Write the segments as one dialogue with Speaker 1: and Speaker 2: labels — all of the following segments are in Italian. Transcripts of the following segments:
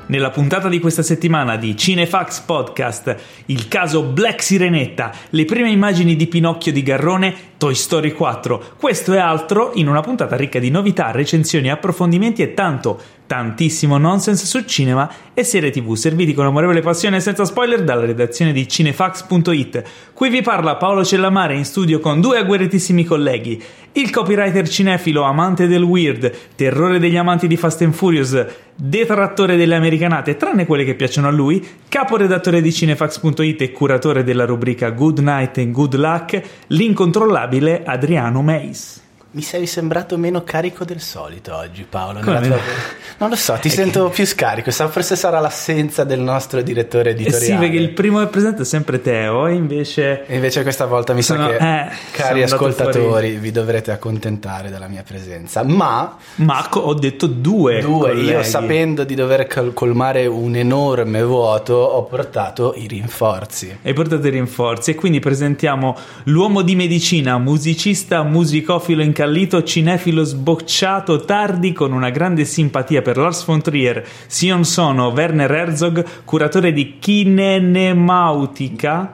Speaker 1: Nella puntata di questa settimana di Cinefax Podcast, il caso Black Sirenetta, le prime immagini di Pinocchio di Garrone, Toy Story 4, questo e altro in una puntata ricca di novità, recensioni, approfondimenti e tantissimo nonsense su cinema e serie TV, serviti con amorevole passione e senza spoiler dalla redazione di cinefax.it. Qui vi parla Paolo Cellamare in studio con due agguerritissimi colleghi, il copywriter cinefilo, amante del weird, terrore degli amanti di Fast and Furious, detrattore delle americanate, tranne quelle che piacciono a lui, caporedattore di cinefax.it e curatore della rubrica Good Night and Good Luck, l'incontrollabile Adriano Meis.
Speaker 2: Mi sei sembrato meno carico del solito oggi, Paolo. Non lo so, ti sento più scarico. Forse sarà l'assenza del nostro direttore editoriale.
Speaker 1: Sì, perché il primo che presenta è sempre Teo, e invece
Speaker 2: questa volta mi sa che, cari ascoltatori, vi dovrete accontentare della mia presenza. Ma
Speaker 1: ho detto due colleghi.
Speaker 2: Io, sapendo di dover colmare un enorme vuoto, ho portato i rinforzi.
Speaker 1: Hai portato i rinforzi e quindi presentiamo l'uomo di medicina, musicista, musicofilo incallito, cinefilo sbocciato, tardi, con una grande simpatia per Lars von Trier, Sion Sono, Werner Herzog, curatore di Kineneumatica,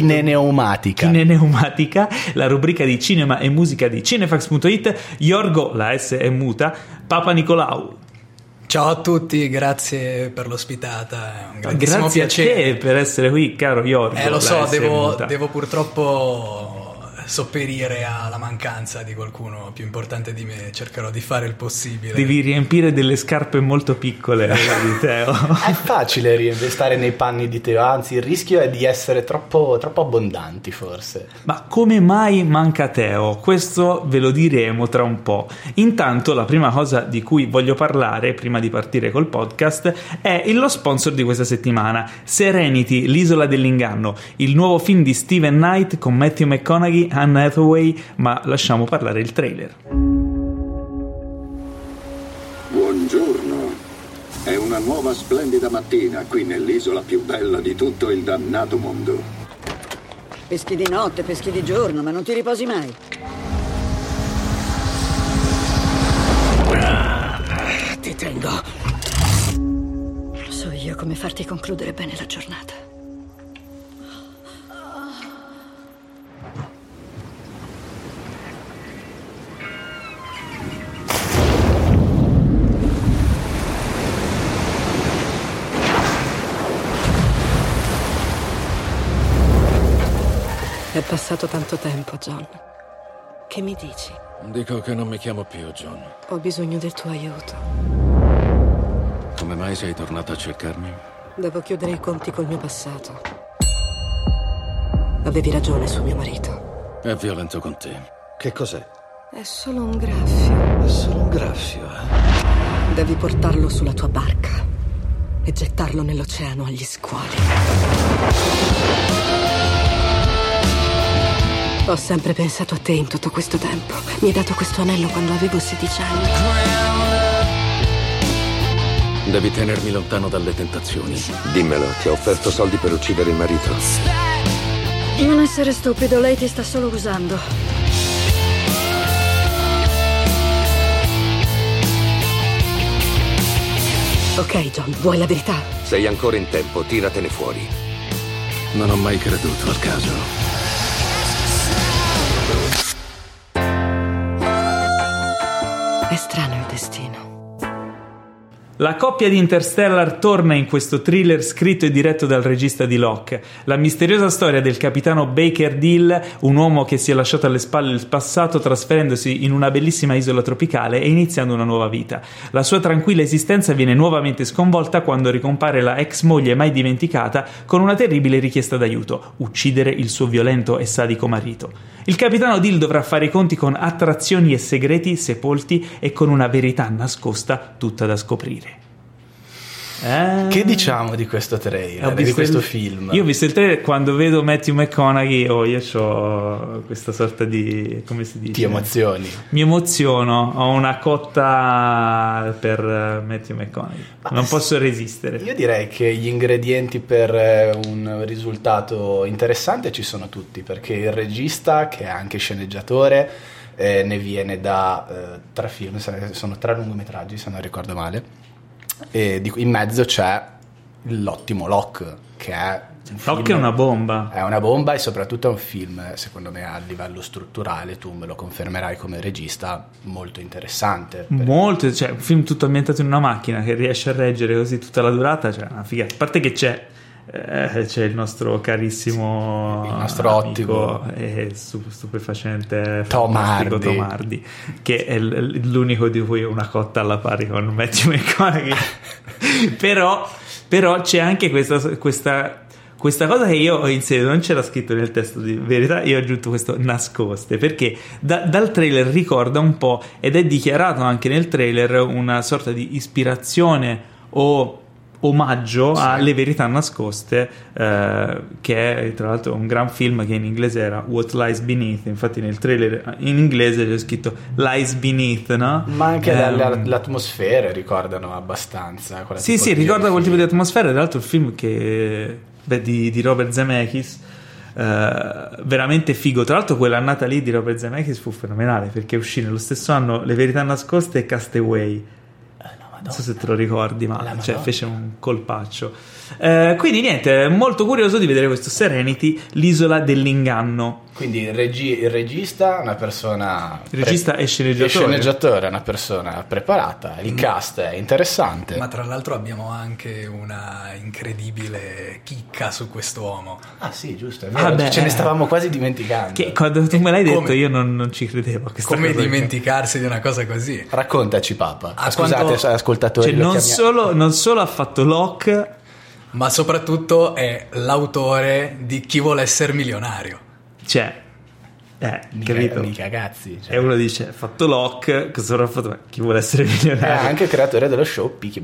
Speaker 1: la rubrica di cinema e musica di cinefax.it, Yorgo, la S è muta, Papa Nicolau.
Speaker 3: Ciao a tutti, grazie per l'ospitata, è un grandissimo
Speaker 1: piacere. Grazie a te per essere qui, caro Yorgo.
Speaker 3: Lo so, devo purtroppo sopperire alla mancanza di qualcuno più importante di me, cercherò di fare il possibile.
Speaker 1: Devi riempire delle scarpe molto piccole di Teo.
Speaker 2: È facile stare nei panni di Teo, anzi il rischio è di essere troppo abbondanti forse.
Speaker 1: Ma come mai manca Teo? Questo ve lo diremo tra un po'. Intanto la prima cosa di cui voglio parlare prima di partire col podcast è lo sponsor di questa settimana, Serenity, l'isola dell'inganno, il nuovo film di Steven Knight con Matthew McConaughey, Anne Hathaway, ma lasciamo parlare il trailer.
Speaker 4: Buongiorno. È una nuova splendida mattina qui nell'isola più bella di tutto il dannato mondo.
Speaker 5: Peschi di notte, peschi di giorno, ma non ti riposi mai. Ti tengo. So io come farti concludere bene la giornata. È passato tanto tempo, John. Che mi dici?
Speaker 6: Dico che non mi chiamo più John.
Speaker 5: Ho bisogno del tuo aiuto.
Speaker 6: Come mai sei tornata a cercarmi?
Speaker 5: Devo chiudere i conti col mio passato. Avevi ragione su mio marito.
Speaker 6: È violento con te. Che cos'è?
Speaker 5: È solo un graffio.
Speaker 6: È solo un graffio,
Speaker 5: Devi portarlo sulla tua barca e gettarlo nell'oceano agli squali. Ho sempre pensato a te in tutto questo tempo. Mi hai dato questo anello quando avevo 16 anni.
Speaker 6: Devi tenermi lontano dalle tentazioni.
Speaker 7: Dimmelo, ti ha offerto soldi per uccidere il marito.
Speaker 5: Non essere stupido, lei ti sta solo usando. Ok, John, vuoi la verità?
Speaker 7: Sei ancora in tempo, tiratene fuori.
Speaker 6: Non ho mai creduto al caso.
Speaker 5: È strano il destino.
Speaker 1: La coppia di Interstellar torna in questo thriller scritto e diretto dal regista di Locke. La misteriosa storia del capitano Baker Dill, un uomo che si è lasciato alle spalle il passato trasferendosi in una bellissima isola tropicale e iniziando una nuova vita. La sua tranquilla esistenza viene nuovamente sconvolta quando ricompare la ex moglie mai dimenticata con una terribile richiesta d'aiuto: uccidere il suo violento e sadico marito. Il capitano Dill dovrà fare i conti con attrazioni e segreti sepolti e con una verità nascosta tutta da scoprire.
Speaker 2: Che diciamo di questo trailer, di questo film?
Speaker 1: Io ho visto il trailer, quando vedo Matthew McConaughey io ho questa sorta di, come si dice?
Speaker 2: Ti emozioni?
Speaker 1: Mi emoziono, ho una cotta per Matthew McConaughey, non posso resistere.
Speaker 2: Io direi che gli ingredienti per un risultato interessante ci sono tutti, perché il regista, che è anche sceneggiatore, ne viene da 3 film, sono 3 lungometraggi se non ricordo male, e in mezzo c'è l'ottimo Locke, che è
Speaker 1: Locke è una bomba.
Speaker 2: È una bomba, e soprattutto è un film, secondo me, a livello strutturale, tu me lo confermerai come regista, molto interessante.
Speaker 1: Molto, cioè un film tutto ambientato in una macchina che riesce a reggere così tutta la durata, cioè una figata. A parte che c'è il nostro carissimo,
Speaker 2: il nostro ottimo
Speaker 1: e stupefacente
Speaker 2: Tom
Speaker 1: Hardy, che è l'unico di cui ho una cotta alla pari con Matthew McConaughey. però c'è anche questa cosa che io ho inserito, non c'era scritto nel testo di verità, io ho aggiunto questo nascoste, perché dal trailer ricorda un po', ed è dichiarato anche nel trailer, una sorta di ispirazione o omaggio alle verità nascoste, che è tra l'altro un gran film che in inglese era What Lies Beneath. Infatti nel trailer in inglese c'è scritto Lies Beneath, no?
Speaker 2: Ma anche le atmosfere ricordano abbastanza
Speaker 1: sì, ricorda quel tipo di atmosfera. Tra l'altro il film che di Robert Zemeckis, veramente figo. Tra l'altro quell'annata lì di Robert Zemeckis fu fenomenale, perché uscì nello stesso anno Le verità nascoste e Castaway. Non so se te lo ricordi, ma fece un colpaccio. Quindi niente, molto curioso di vedere questo Serenity, l'isola dell'inganno.
Speaker 2: Quindi il regista è una persona,
Speaker 1: il regista e sceneggiatore
Speaker 2: è una persona preparata, il cast è interessante.
Speaker 3: Ma tra l'altro abbiamo anche una incredibile chicca su quest'uomo.
Speaker 2: Ah sì, giusto, è vero, ce ne stavamo quasi dimenticando.
Speaker 1: Che quando tu me l'hai detto io non ci credevo.
Speaker 3: Come dimenticarsi di una cosa così?
Speaker 2: Raccontaci, Papa. Scusate, ascoltatori.
Speaker 1: Cioè, non solo ha fatto Locke,
Speaker 3: ma soprattutto è l'autore di Chi vuole essere milionario.
Speaker 1: Cioè, capito?
Speaker 2: Mica cazzi. Cioè.
Speaker 1: E uno dice, ha fatto Locke, cosa avrà fatto? Chi vuole essere milionario?
Speaker 2: È anche creatore dello show Peaky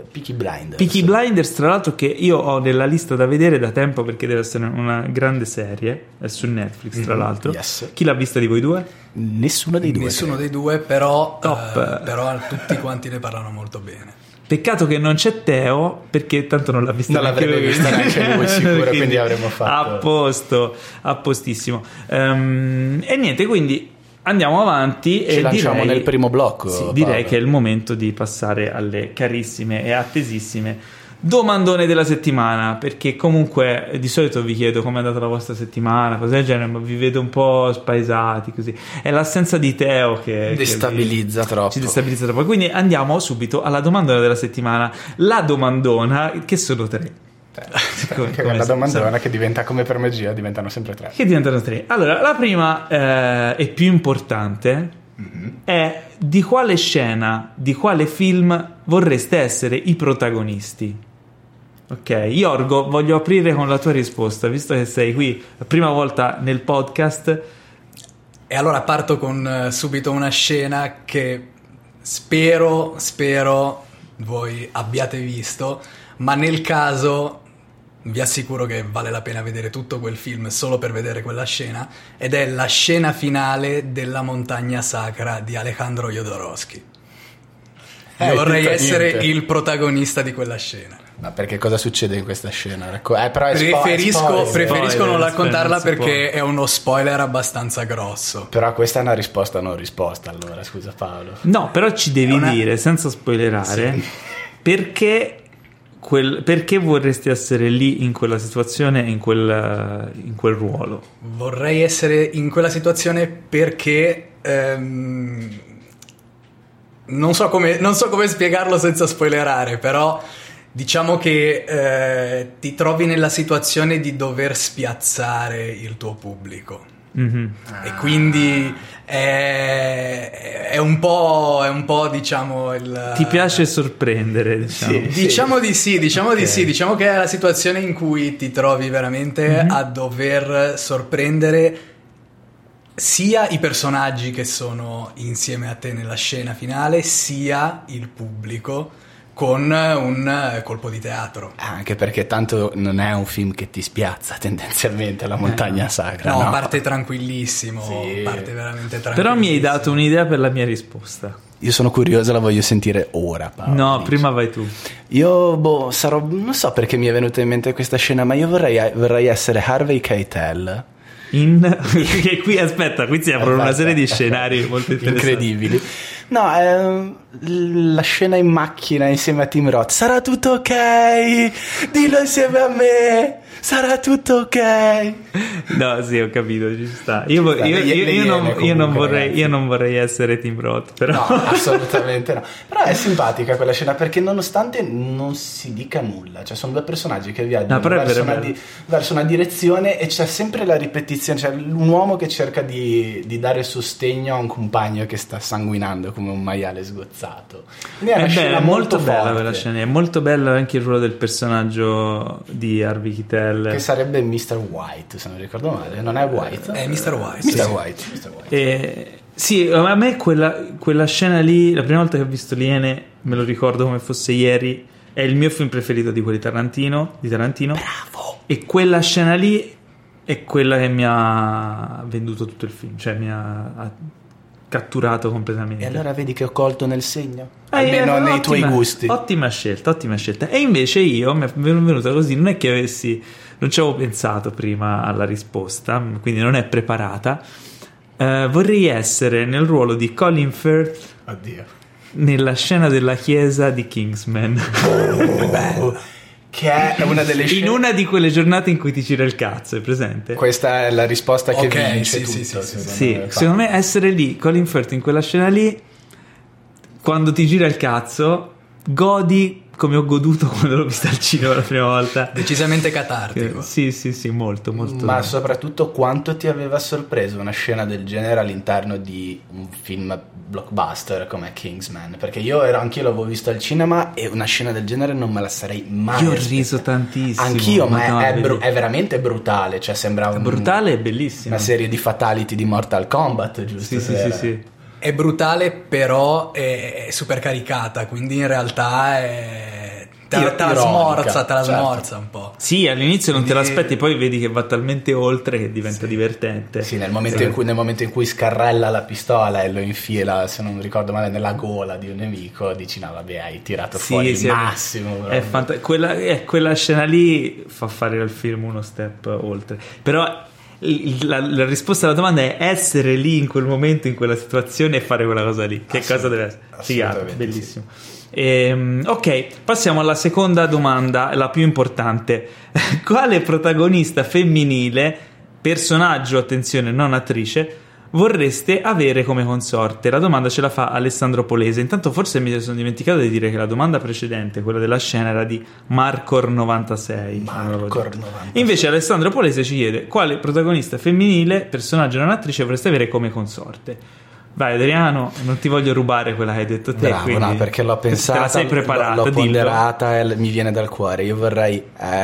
Speaker 1: Blinders, tra l'altro, che io ho nella lista da vedere da tempo, perché deve essere una grande serie, è su Netflix tra l'altro.
Speaker 2: Yes.
Speaker 1: Chi l'ha vista di voi due?
Speaker 2: Nessuno dei due,
Speaker 3: però tutti quanti ne parlano molto bene.
Speaker 1: Peccato che non c'è Teo, perché tanto non l'ha vista.
Speaker 2: Non l'avrebbe vista neanche lui sicuro, quindi avremmo fatto
Speaker 1: a postissimo. E niente, quindi andiamo avanti
Speaker 2: ci
Speaker 1: e
Speaker 2: lanciamo nel primo blocco.
Speaker 1: Sì, direi che è il momento di passare alle carissime e attesissime domandone della settimana, perché comunque di solito vi chiedo come è andata la vostra settimana, cose del genere, ma vi vedo un po' spaesati così. È l'assenza di Teo che ci destabilizza troppo. Quindi andiamo subito alla domandona della settimana. La domandona, che sono tre.
Speaker 2: Come la domandona che diventa, come per magia, diventano sempre tre.
Speaker 1: Che diventano tre. Allora, la prima e più importante è: di quale scena, di quale film vorreste essere i protagonisti? Ok, Yorgo, voglio aprire con la tua risposta, visto che sei qui la prima volta nel podcast.
Speaker 3: E allora parto con subito una scena che spero voi abbiate visto, ma nel caso vi assicuro che vale la pena vedere tutto quel film solo per vedere quella scena, ed è la scena finale della Montagna Sacra di Alejandro Jodorowsky. Vorrei essere il protagonista di quella scena.
Speaker 2: Ma perché cosa succede in questa scena?
Speaker 3: Però preferisco non raccontarla perché è uno spoiler abbastanza grosso.
Speaker 2: Però questa è una risposta non risposta, allora scusa Paolo.
Speaker 1: No, però ci devi dire, senza spoilerare, sì, perché vorresti essere lì in quella situazione, in quel ruolo.
Speaker 3: Vorrei essere in quella situazione perché non so come spiegarlo senza spoilerare, però diciamo che ti trovi nella situazione di dover spiazzare il tuo pubblico. Mm-hmm. E quindi è un po' diciamo il...
Speaker 1: Ti piace sorprendere, diciamo.
Speaker 3: Sì, diciamo di sì, diciamo che è la situazione in cui ti trovi veramente a dover sorprendere sia i personaggi che sono insieme a te nella scena finale, sia il pubblico, con un colpo di teatro.
Speaker 2: Anche perché tanto non è un film che ti spiazza tendenzialmente, la Montagna Sacra.
Speaker 3: No, parte tranquillissimo, sì, parte veramente tranquillissimo.
Speaker 1: Però mi hai dato un'idea per la mia risposta.
Speaker 2: Io sono curiosa, la voglio sentire ora, Paolo.
Speaker 1: No, prima vai tu.
Speaker 2: Io non so perché mi è venuta in mente questa scena, ma io vorrei essere Harvey Keitel.
Speaker 1: Qui aspetta, qui si aprono una serie di scenari molto interessanti,
Speaker 2: incredibili. No, la scena in macchina insieme a Tim Roth. Sarà tutto ok? Dillo insieme a me. Sarà tutto ok.
Speaker 1: No, sì, ho capito, ci sta. Io non vorrei essere Tim Roth, però.
Speaker 2: No, assolutamente no. Però è simpatica quella scena, perché nonostante non si dica nulla, cioè sono due personaggi che viaggiano verso una direzione e c'è sempre la ripetizione, cioè un uomo che cerca di dare sostegno a un compagno che sta sanguinando come un maiale sgozzato. Quindi è una scena molto
Speaker 1: bella
Speaker 2: forte.
Speaker 1: quella scena, è molto bello anche il ruolo del personaggio di Harvey Keitel,
Speaker 2: che sarebbe Mr. White, se non ricordo male. Non è White?
Speaker 3: È Mr. White.
Speaker 2: Mr. White.
Speaker 1: Sì, a me quella scena lì, la prima volta che ho visto Liene, me lo ricordo come fosse ieri, è il mio film preferito di quelli di Tarantino.
Speaker 2: Bravo!
Speaker 1: E quella scena lì è quella che mi ha venduto tutto il film, cioè mi ha catturato completamente.
Speaker 2: E allora vedi che ho colto nel segno, almeno nei tuoi gusti.
Speaker 1: Ottima scelta. E invece io mi è venuta così, non ci avevo pensato prima alla risposta, quindi non è preparata. Vorrei essere nel ruolo di Colin Firth.
Speaker 2: Oddio.
Speaker 1: Nella scena della chiesa di Kingsman.
Speaker 2: Bello. Che è una delle scene,
Speaker 1: in una di quelle giornate in cui ti gira il cazzo, è presente?
Speaker 2: Questa è la risposta che vince
Speaker 3: sì,
Speaker 2: tutto.
Speaker 1: Sì, secondo me essere lì, Colin Firth in quella scena lì, quando ti gira il cazzo, godi come ho goduto quando l'ho vista al cinema la prima volta.
Speaker 3: Decisamente catartico.
Speaker 1: Sì, molto.
Speaker 2: Ma soprattutto quanto ti aveva sorpreso una scena del genere all'interno di un film blockbuster come Kingsman? Perché anch'io l'avevo visto al cinema e una scena del genere non me la sarei mai
Speaker 1: Io ho riso tantissimo.
Speaker 2: Anch'io, ma è veramente brutale, cioè sembra
Speaker 1: brutale e bellissimo.
Speaker 2: Una serie di fatality di Mortal Kombat, giusto?
Speaker 1: Sì.
Speaker 3: È brutale, però è super caricata, quindi in realtà te la smorza un po'.
Speaker 1: Sì, all'inizio non te l'aspetti, poi vedi che va talmente oltre che diventa divertente.
Speaker 2: Sì, nel momento in cui scarrella la pistola e lo infila, se non ricordo male, nella gola di un nemico, dici no vabbè, hai tirato fuori il massimo.
Speaker 1: Quella scena lì fa fare al film uno step oltre. Però la risposta alla domanda è essere lì in quel momento, in quella situazione, e fare quella cosa lì. Che cosa deve essere? Figata, bellissimo. Ok, passiamo alla seconda domanda, la più importante. Quale protagonista femminile, personaggio, attenzione, non attrice, vorreste avere come consorte? La domanda ce la fa Alessandro Polese. Intanto forse mi sono dimenticato di dire che la domanda precedente, quella della scena, era di Marcor96. Invece Alessandro Polese ci chiede: quale protagonista femminile, personaggio non attrice, vorreste avere come consorte? Vai Adriano, non ti voglio rubare quella che hai detto te.
Speaker 2: Bravo, no, perché l'ho pensata,
Speaker 1: te la sei preparata,
Speaker 2: l'ho ponderata e mi viene dal cuore. Io vorrei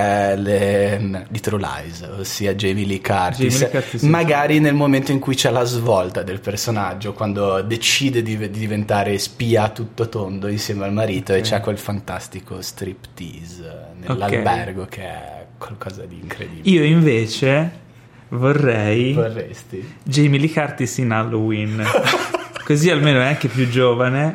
Speaker 2: Ellen di True Lies, ossia Jamie Lee Curtis, sì. Magari nel momento in cui c'è la svolta del personaggio, quando decide di diventare spia a tutto tondo insieme al marito, e c'è quel fantastico striptease nell'albergo, che è qualcosa di incredibile.
Speaker 1: Io invece
Speaker 2: vorresti
Speaker 1: Jamie Lee Curtis in Halloween. Così almeno è anche più giovane,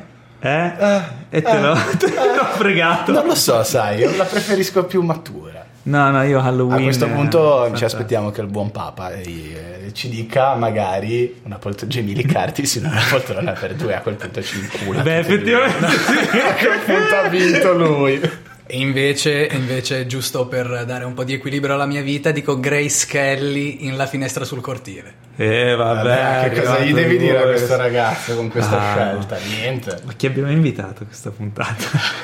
Speaker 1: e te l'ho fregato.
Speaker 2: Non lo so, sai, io la preferisco più matura.
Speaker 1: No, io Halloween.
Speaker 2: A questo punto ci aspettiamo che il buon Papa ci dica magari Jamie Lee Curtis in una poltrona per due. A quel punto ci incula.
Speaker 1: Beh, effettivamente sì.
Speaker 2: A quel punto ha vinto lui.
Speaker 3: E invece, giusto per dare un po' di equilibrio alla mia vita, dico Grace Kelly in La finestra sul cortile.
Speaker 2: Vabbè, che cosa gli devi dire a questo ragazzo con questa scelta? Niente.
Speaker 1: Ma chi abbiamo invitato a questa puntata?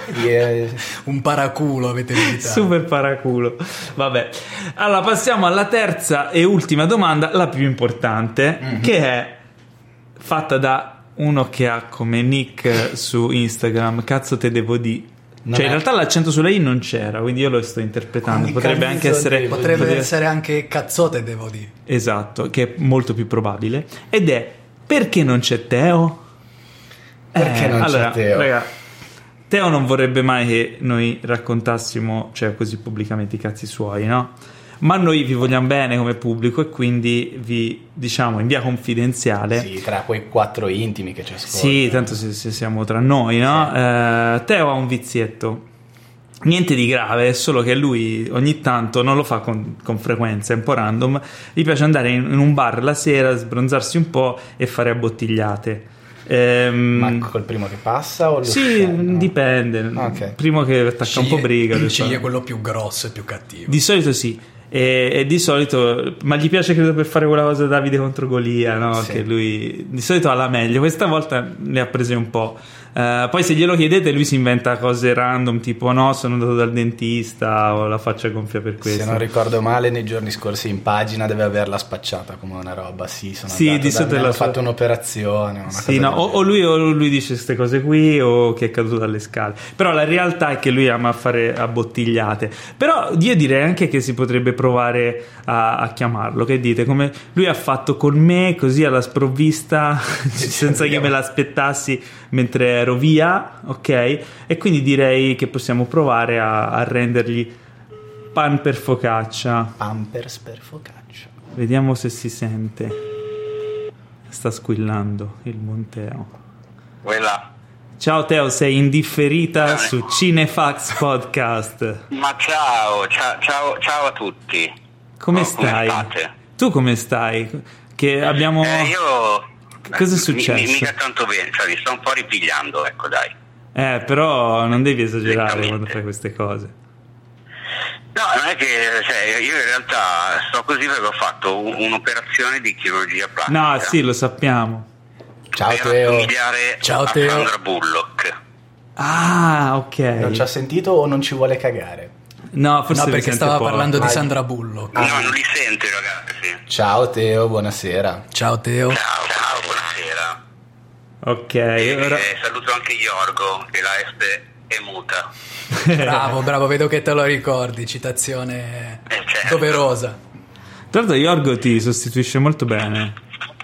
Speaker 3: Un paraculo avete invitato.
Speaker 1: Super paraculo. Vabbè. Allora passiamo alla terza e ultima domanda, la più importante, che è fatta da uno che ha come nick su Instagram "cazzo te devo di". In realtà l'accento sulla I non c'era, quindi io lo sto interpretando. Potrebbe anche essere
Speaker 3: anche "cazzote devo dire".
Speaker 1: Esatto, che è molto più probabile. Ed è: perché non c'è Teo?
Speaker 2: Perché non c'è Teo?
Speaker 1: Raga, Teo non vorrebbe mai che noi raccontassimo, cioè così pubblicamente, i cazzi suoi, no? Ma noi vi vogliamo bene come pubblico e quindi vi diciamo in via confidenziale.
Speaker 2: Sì, tra quei 4 intimi che ci ascoltano.
Speaker 1: Sì, tanto se siamo tra noi, no? Sì. Teo ha un vizietto. Niente di grave, è solo che lui ogni tanto non lo fa con frequenza, è un po' random. Gli piace andare in un bar la sera, sbronzarsi un po' e fare abbottigliate.
Speaker 2: Ma col primo che passa o
Speaker 1: sì, dipende.
Speaker 2: Okay.
Speaker 1: Primo che attacca un po' briga.
Speaker 3: Il Cigli è quello più grosso e più cattivo.
Speaker 1: Di solito sì. E di solito, ma gli piace credo per fare quella cosa Davide contro Golia, no?
Speaker 2: Sì.
Speaker 1: Che lui di solito ha la meglio. Questa volta ne ha prese un po'. Poi se glielo chiedete lui si inventa cose random tipo no, sono andato dal dentista, o la faccia gonfia per questo.
Speaker 2: Se non ricordo male nei giorni scorsi in pagina deve averla spacciata come una roba. Sì,
Speaker 1: di solito
Speaker 2: hanno fatto un'operazione,
Speaker 1: sì, no, o lui dice queste cose qui o che è caduto dalle scale. Però la realtà è che lui ama fare abbottigliate. Però io direi anche che si potrebbe provare a chiamarlo, che dite? Come lui ha fatto con me, così alla sprovvista senza che me l'aspettassi mentre ero via, ok? E quindi direi che possiamo provare a rendergli pan per focaccia.
Speaker 2: Pampers per focaccia.
Speaker 1: Vediamo se si sente. Sta squillando il buon Teo.
Speaker 8: Quella.
Speaker 1: Ciao Teo, sei in differita su Cinefax Podcast.
Speaker 8: Ma ciao a tutti.
Speaker 1: Come stai?
Speaker 8: Come state?
Speaker 1: Tu come stai? Che abbiamo...
Speaker 8: Io...
Speaker 1: Cosa è successo?
Speaker 8: Mica tanto bene, cioè mi sto un po' ripigliando, ecco dai.
Speaker 1: Però non devi esagerare quando fai queste cose.
Speaker 8: No, non è che io in realtà sto così perché ho fatto un'operazione di chirurgia plastica.
Speaker 1: No, sì, lo sappiamo.
Speaker 2: Ciao
Speaker 8: per
Speaker 2: Teo.
Speaker 8: assomigliare a Sandra Bullock.
Speaker 1: Ah, ok.
Speaker 2: Non ci ha sentito o non ci vuole cagare?
Speaker 1: No, forse
Speaker 3: perché stava parlando di
Speaker 2: Vai.
Speaker 3: Sandra Bullock.
Speaker 8: No, non li sento ragazzi.
Speaker 2: Ciao Teo, buonasera.
Speaker 3: Ciao Teo.
Speaker 8: Ciao, buonasera.
Speaker 1: Ok, ora...
Speaker 8: saluto anche Yorgo, che la S è muta.
Speaker 3: Bravo, vedo che te lo ricordi, citazione
Speaker 8: certo.
Speaker 3: doverosa.
Speaker 1: Tra l'altro Yorgo ti sostituisce molto bene.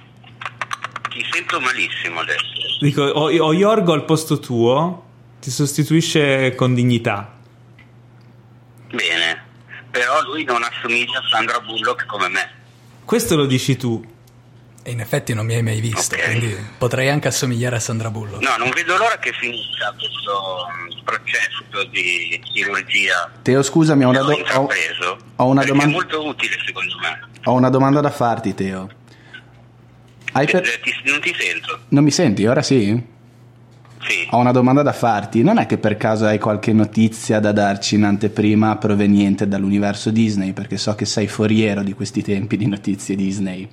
Speaker 8: Ti sento malissimo adesso.
Speaker 1: Dico, ho Yorgo al posto tuo, ti sostituisce con dignità.
Speaker 8: Bene, però lui non assomiglia a Sandra Bullock come me.
Speaker 1: Questo lo dici tu.
Speaker 3: E in effetti non mi hai mai visto,
Speaker 8: Okay.
Speaker 3: quindi potrei anche assomigliare a Sandra Bullock.
Speaker 8: No, non vedo l'ora che finisca questo processo di chirurgia.
Speaker 9: Teo, scusami, ho una,
Speaker 8: che ho intrapreso,
Speaker 9: ho una
Speaker 8: perché
Speaker 9: domanda.
Speaker 8: è molto utile secondo me.
Speaker 9: Ho una domanda da farti, Teo. Non
Speaker 8: ti sento.
Speaker 9: Non mi senti? Ora sì?
Speaker 8: Sì.
Speaker 9: Ho una domanda da farti. Non è che per caso hai qualche notizia da darci in anteprima proveniente dall'universo Disney? Perché so che sei foriero di questi tempi di notizie Disney.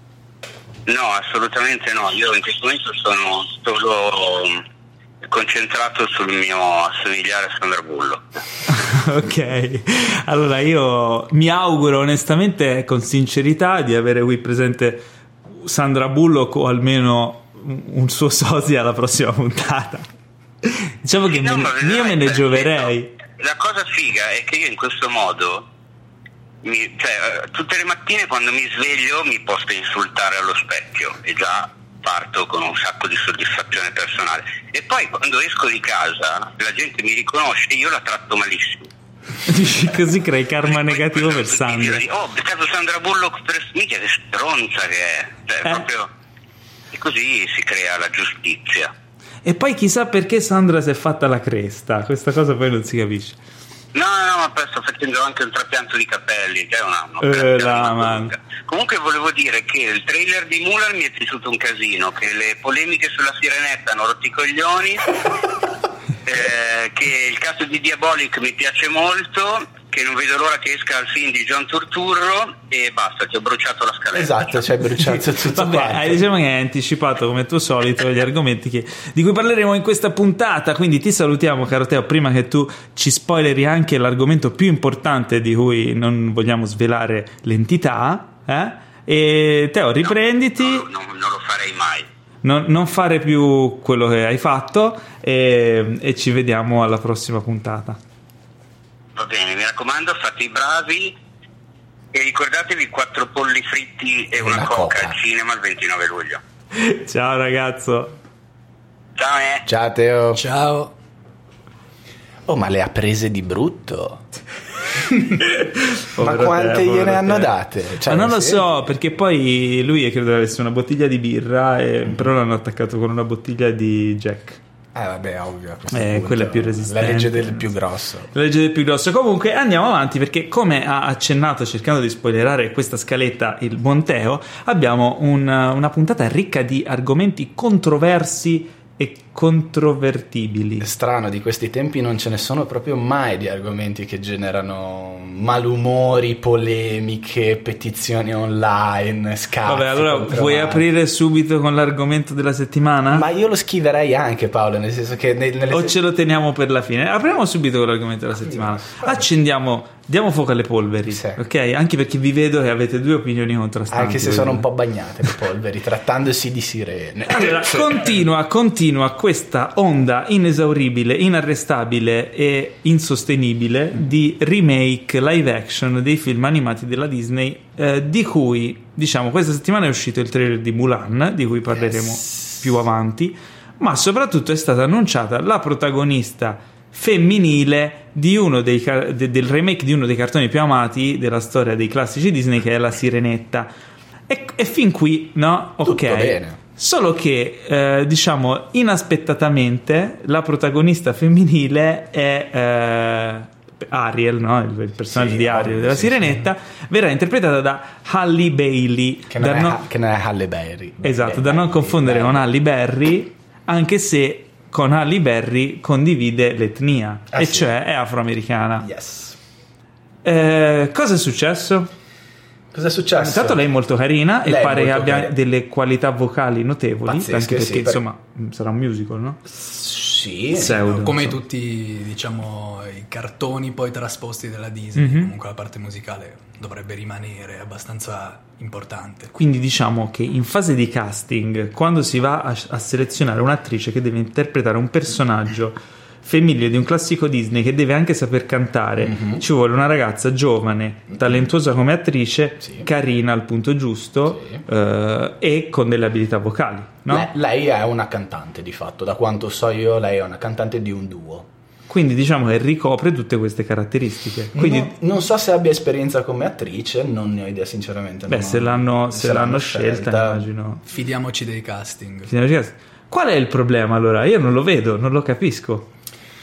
Speaker 8: No, assolutamente no. Io in questo momento sono solo concentrato sul mio assomigliare a Sandra Bullock.
Speaker 1: Ok, allora io mi auguro onestamente con sincerità di avere qui presente Sandra Bullock o almeno un suo sosia alla prossima puntata. Diciamo che io me ne gioverei.
Speaker 8: La cosa figa è che io in questo modo tutte le mattine quando mi sveglio mi posso insultare allo specchio e già parto con un sacco di soddisfazione personale, e poi quando esco di casa la gente mi riconosce e io la tratto malissimo.
Speaker 1: Dici così crei karma negativo per Sandra.
Speaker 8: Per caso Sandra Bullock, mica che stronza che è, proprio, e così si crea la giustizia.
Speaker 1: E poi chissà perché Sandra si è fatta la cresta, questa cosa poi non si capisce.
Speaker 8: No, ma poi sto facendo anche un trapianto di capelli, che è una Comunque volevo dire che il trailer di Mulan mi è piaciuto un casino, che le polemiche sulla Sirenetta hanno rotto i coglioni, che il caso di Diabolic mi piace molto, che non vedo l'ora che esca il film di John Turturro, e basta, ti ho bruciato la scaletta.
Speaker 2: Esatto, ci hai bruciato tutto.
Speaker 1: Vabbè, diciamo che hai anticipato come tuo solito gli argomenti di cui parleremo in questa puntata, quindi ti salutiamo caro Teo, prima che tu ci spoileri anche l'argomento più importante di cui non vogliamo svelare l'entità, e Teo riprenditi.
Speaker 8: No, non lo farei mai.
Speaker 1: Non fare più quello che hai fatto, e ci vediamo alla prossima puntata.
Speaker 8: Va bene, mi raccomando, fate i bravi e ricordatevi 4 polli fritti e una coca al cinema il 29 luglio.
Speaker 1: Ciao ragazzo.
Speaker 8: Ciao
Speaker 2: Ciao Teo.
Speaker 3: Ciao.
Speaker 2: Oh, ma le ha prese di brutto. Ma quante gliene hanno date?
Speaker 1: Ma non lo so, perché poi lui credo avesse una bottiglia di birra, però l'hanno attaccato con una bottiglia di Jack.
Speaker 3: Vabbè, ovvio.
Speaker 1: Quella è più resistente.
Speaker 2: La legge del più grosso.
Speaker 1: La legge del più grosso. Comunque andiamo avanti, perché come ha accennato, cercando di spoilerare questa scaletta, il buon Teo, abbiamo una puntata ricca di argomenti controversi e controvertibili.
Speaker 2: È strano, di questi tempi non ce ne sono proprio mai di argomenti che generano malumori, polemiche, petizioni online, scazzi.
Speaker 1: Vabbè, allora vuoi aprire subito con l'argomento della settimana?
Speaker 2: Ma io lo schiverei anche, Paolo, nel senso che
Speaker 1: o ce lo teniamo per la fine? Apriamo subito con l'argomento della settimana. Diamo fuoco alle polveri, sì. Ok? Anche perché vi vedo che avete due opinioni contrastanti.
Speaker 2: Anche se sono un po' bagnate le polveri, trattandosi di sirene.
Speaker 1: Allora, continua questa onda inesauribile, inarrestabile e insostenibile di remake live action dei film animati della Disney, di cui, diciamo, questa settimana è uscito il trailer di Mulan, di cui parleremo più avanti, ma soprattutto è stata annunciata la protagonista femminile di uno del remake di uno dei cartoni più amati della storia dei classici Disney, che è la Sirenetta. E fin qui, no? Ok.
Speaker 2: Tutto bene.
Speaker 1: Solo che, diciamo, inaspettatamente la protagonista femminile è Ariel, no? Il personaggio di Ariel della Sirenetta, verrà interpretata da Halle Bailey.
Speaker 2: Che non è Halle Berry.
Speaker 1: Esatto, da non confondere con Halle Berry, anche se con Halle Berry condivide l'etnia, cioè è afroamericana.
Speaker 2: Yes.
Speaker 1: Cosa è successo?
Speaker 2: Cosa è successo?
Speaker 1: Intanto lei è molto carina e pare che abbia delle qualità vocali notevoli.
Speaker 2: Pazzesche,
Speaker 1: anche perché insomma sarà un musical, no?
Speaker 2: Sì,
Speaker 3: come tutti, diciamo, i cartoni poi trasposti della Disney. Comunque la parte musicale dovrebbe rimanere abbastanza importante.
Speaker 1: Quindi diciamo che in fase di casting, quando si va a selezionare un'attrice che deve interpretare un personaggio femminile di un classico Disney, che deve anche saper cantare, ci vuole una ragazza giovane, talentuosa come attrice, carina al punto giusto, e con delle abilità vocali, no?
Speaker 2: Lei è una cantante, di fatto, da quanto so io lei è una cantante di un duo.
Speaker 1: Quindi diciamo che ricopre tutte queste caratteristiche. Quindi
Speaker 2: non so se abbia esperienza come attrice, non ne ho idea sinceramente.
Speaker 1: Se l'hanno scelta, immagino.
Speaker 3: Fidiamoci dei casting.
Speaker 1: Qual è il problema allora? Io non lo vedo, non lo capisco.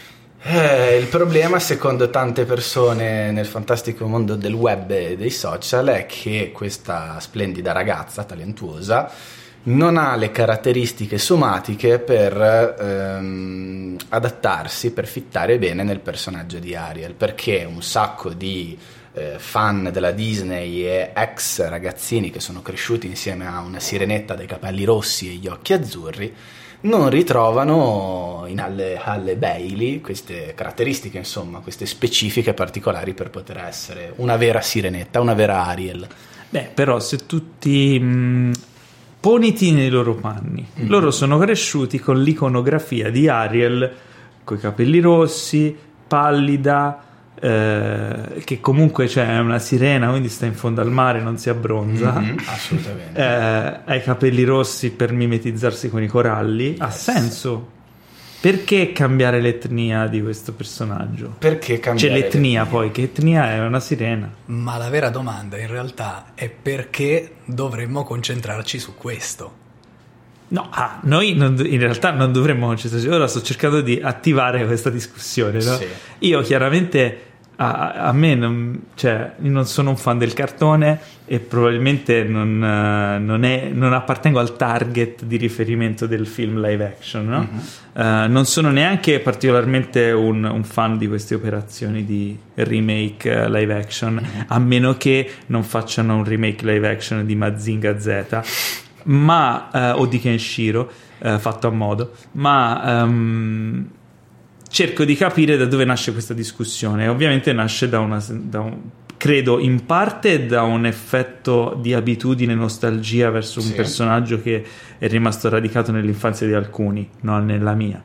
Speaker 2: Il problema, secondo tante persone nel fantastico mondo del web e dei social, è che questa splendida ragazza talentuosa non ha le caratteristiche somatiche per adattarsi, per fittare bene nel personaggio di Ariel, perché un sacco di fan della Disney e ex ragazzini che sono cresciuti insieme a una sirenetta dai capelli rossi e gli occhi azzurri non ritrovano in Halle Bailey queste caratteristiche, insomma, queste specifiche particolari per poter essere una vera sirenetta, una vera Ariel.
Speaker 1: Però se tutti poniti nei loro panni, loro sono cresciuti con l'iconografia di Ariel coi capelli rossi, pallida, che comunque è una sirena, quindi sta in fondo al mare, non si abbronza,
Speaker 2: assolutamente,
Speaker 1: ha i capelli rossi per mimetizzarsi con i coralli. Ha senso. Perché cambiare l'etnia di questo personaggio?
Speaker 2: Perché cambiare
Speaker 1: l'etnia poi? Che etnia è? Una sirena.
Speaker 3: Ma la vera domanda in realtà è perché dovremmo concentrarci su questo?
Speaker 1: No, noi in realtà non dovremmo concentrarci. Ora sto cercando di attivare questa discussione, no?
Speaker 2: Sì.
Speaker 1: Io chiaramente a me io non sono un fan del cartone e probabilmente non appartengo al target di riferimento del film live action, no? Non sono neanche particolarmente un fan di queste operazioni di remake live action, a meno che non facciano un remake live action di Mazinga Z, o di Kenshiro, fatto a modo, ma cerco di capire da dove nasce questa discussione. Ovviamente nasce credo in parte da un effetto di abitudine, nostalgia verso un personaggio che è rimasto radicato nell'infanzia di alcuni, non nella mia,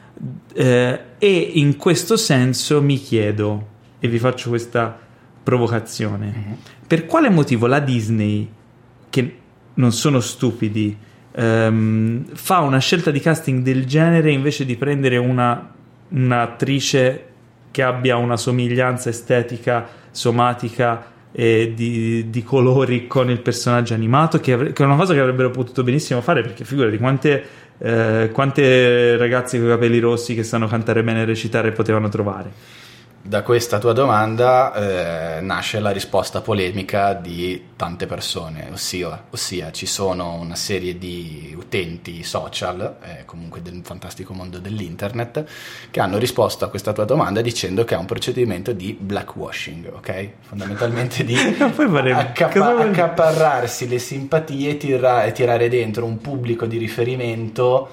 Speaker 1: e in questo senso mi chiedo, e vi faccio questa provocazione, per quale motivo la Disney, che non sono stupidi, fa una scelta di casting del genere invece di prendere un'attrice che abbia una somiglianza estetica, somatica e di colori con il personaggio animato, che è una cosa che avrebbero potuto benissimo fare, perché figurati quante ragazze con i capelli rossi che sanno cantare bene e recitare potevano trovare.
Speaker 2: Da questa tua domanda nasce la risposta polemica di tante persone, ossia ci sono una serie di utenti social, comunque del fantastico mondo dell'internet, che hanno risposto a questa tua domanda dicendo che è un procedimento di blackwashing, ok? Fondamentalmente di accaparrarsi le simpatie e tirare dentro un pubblico di riferimento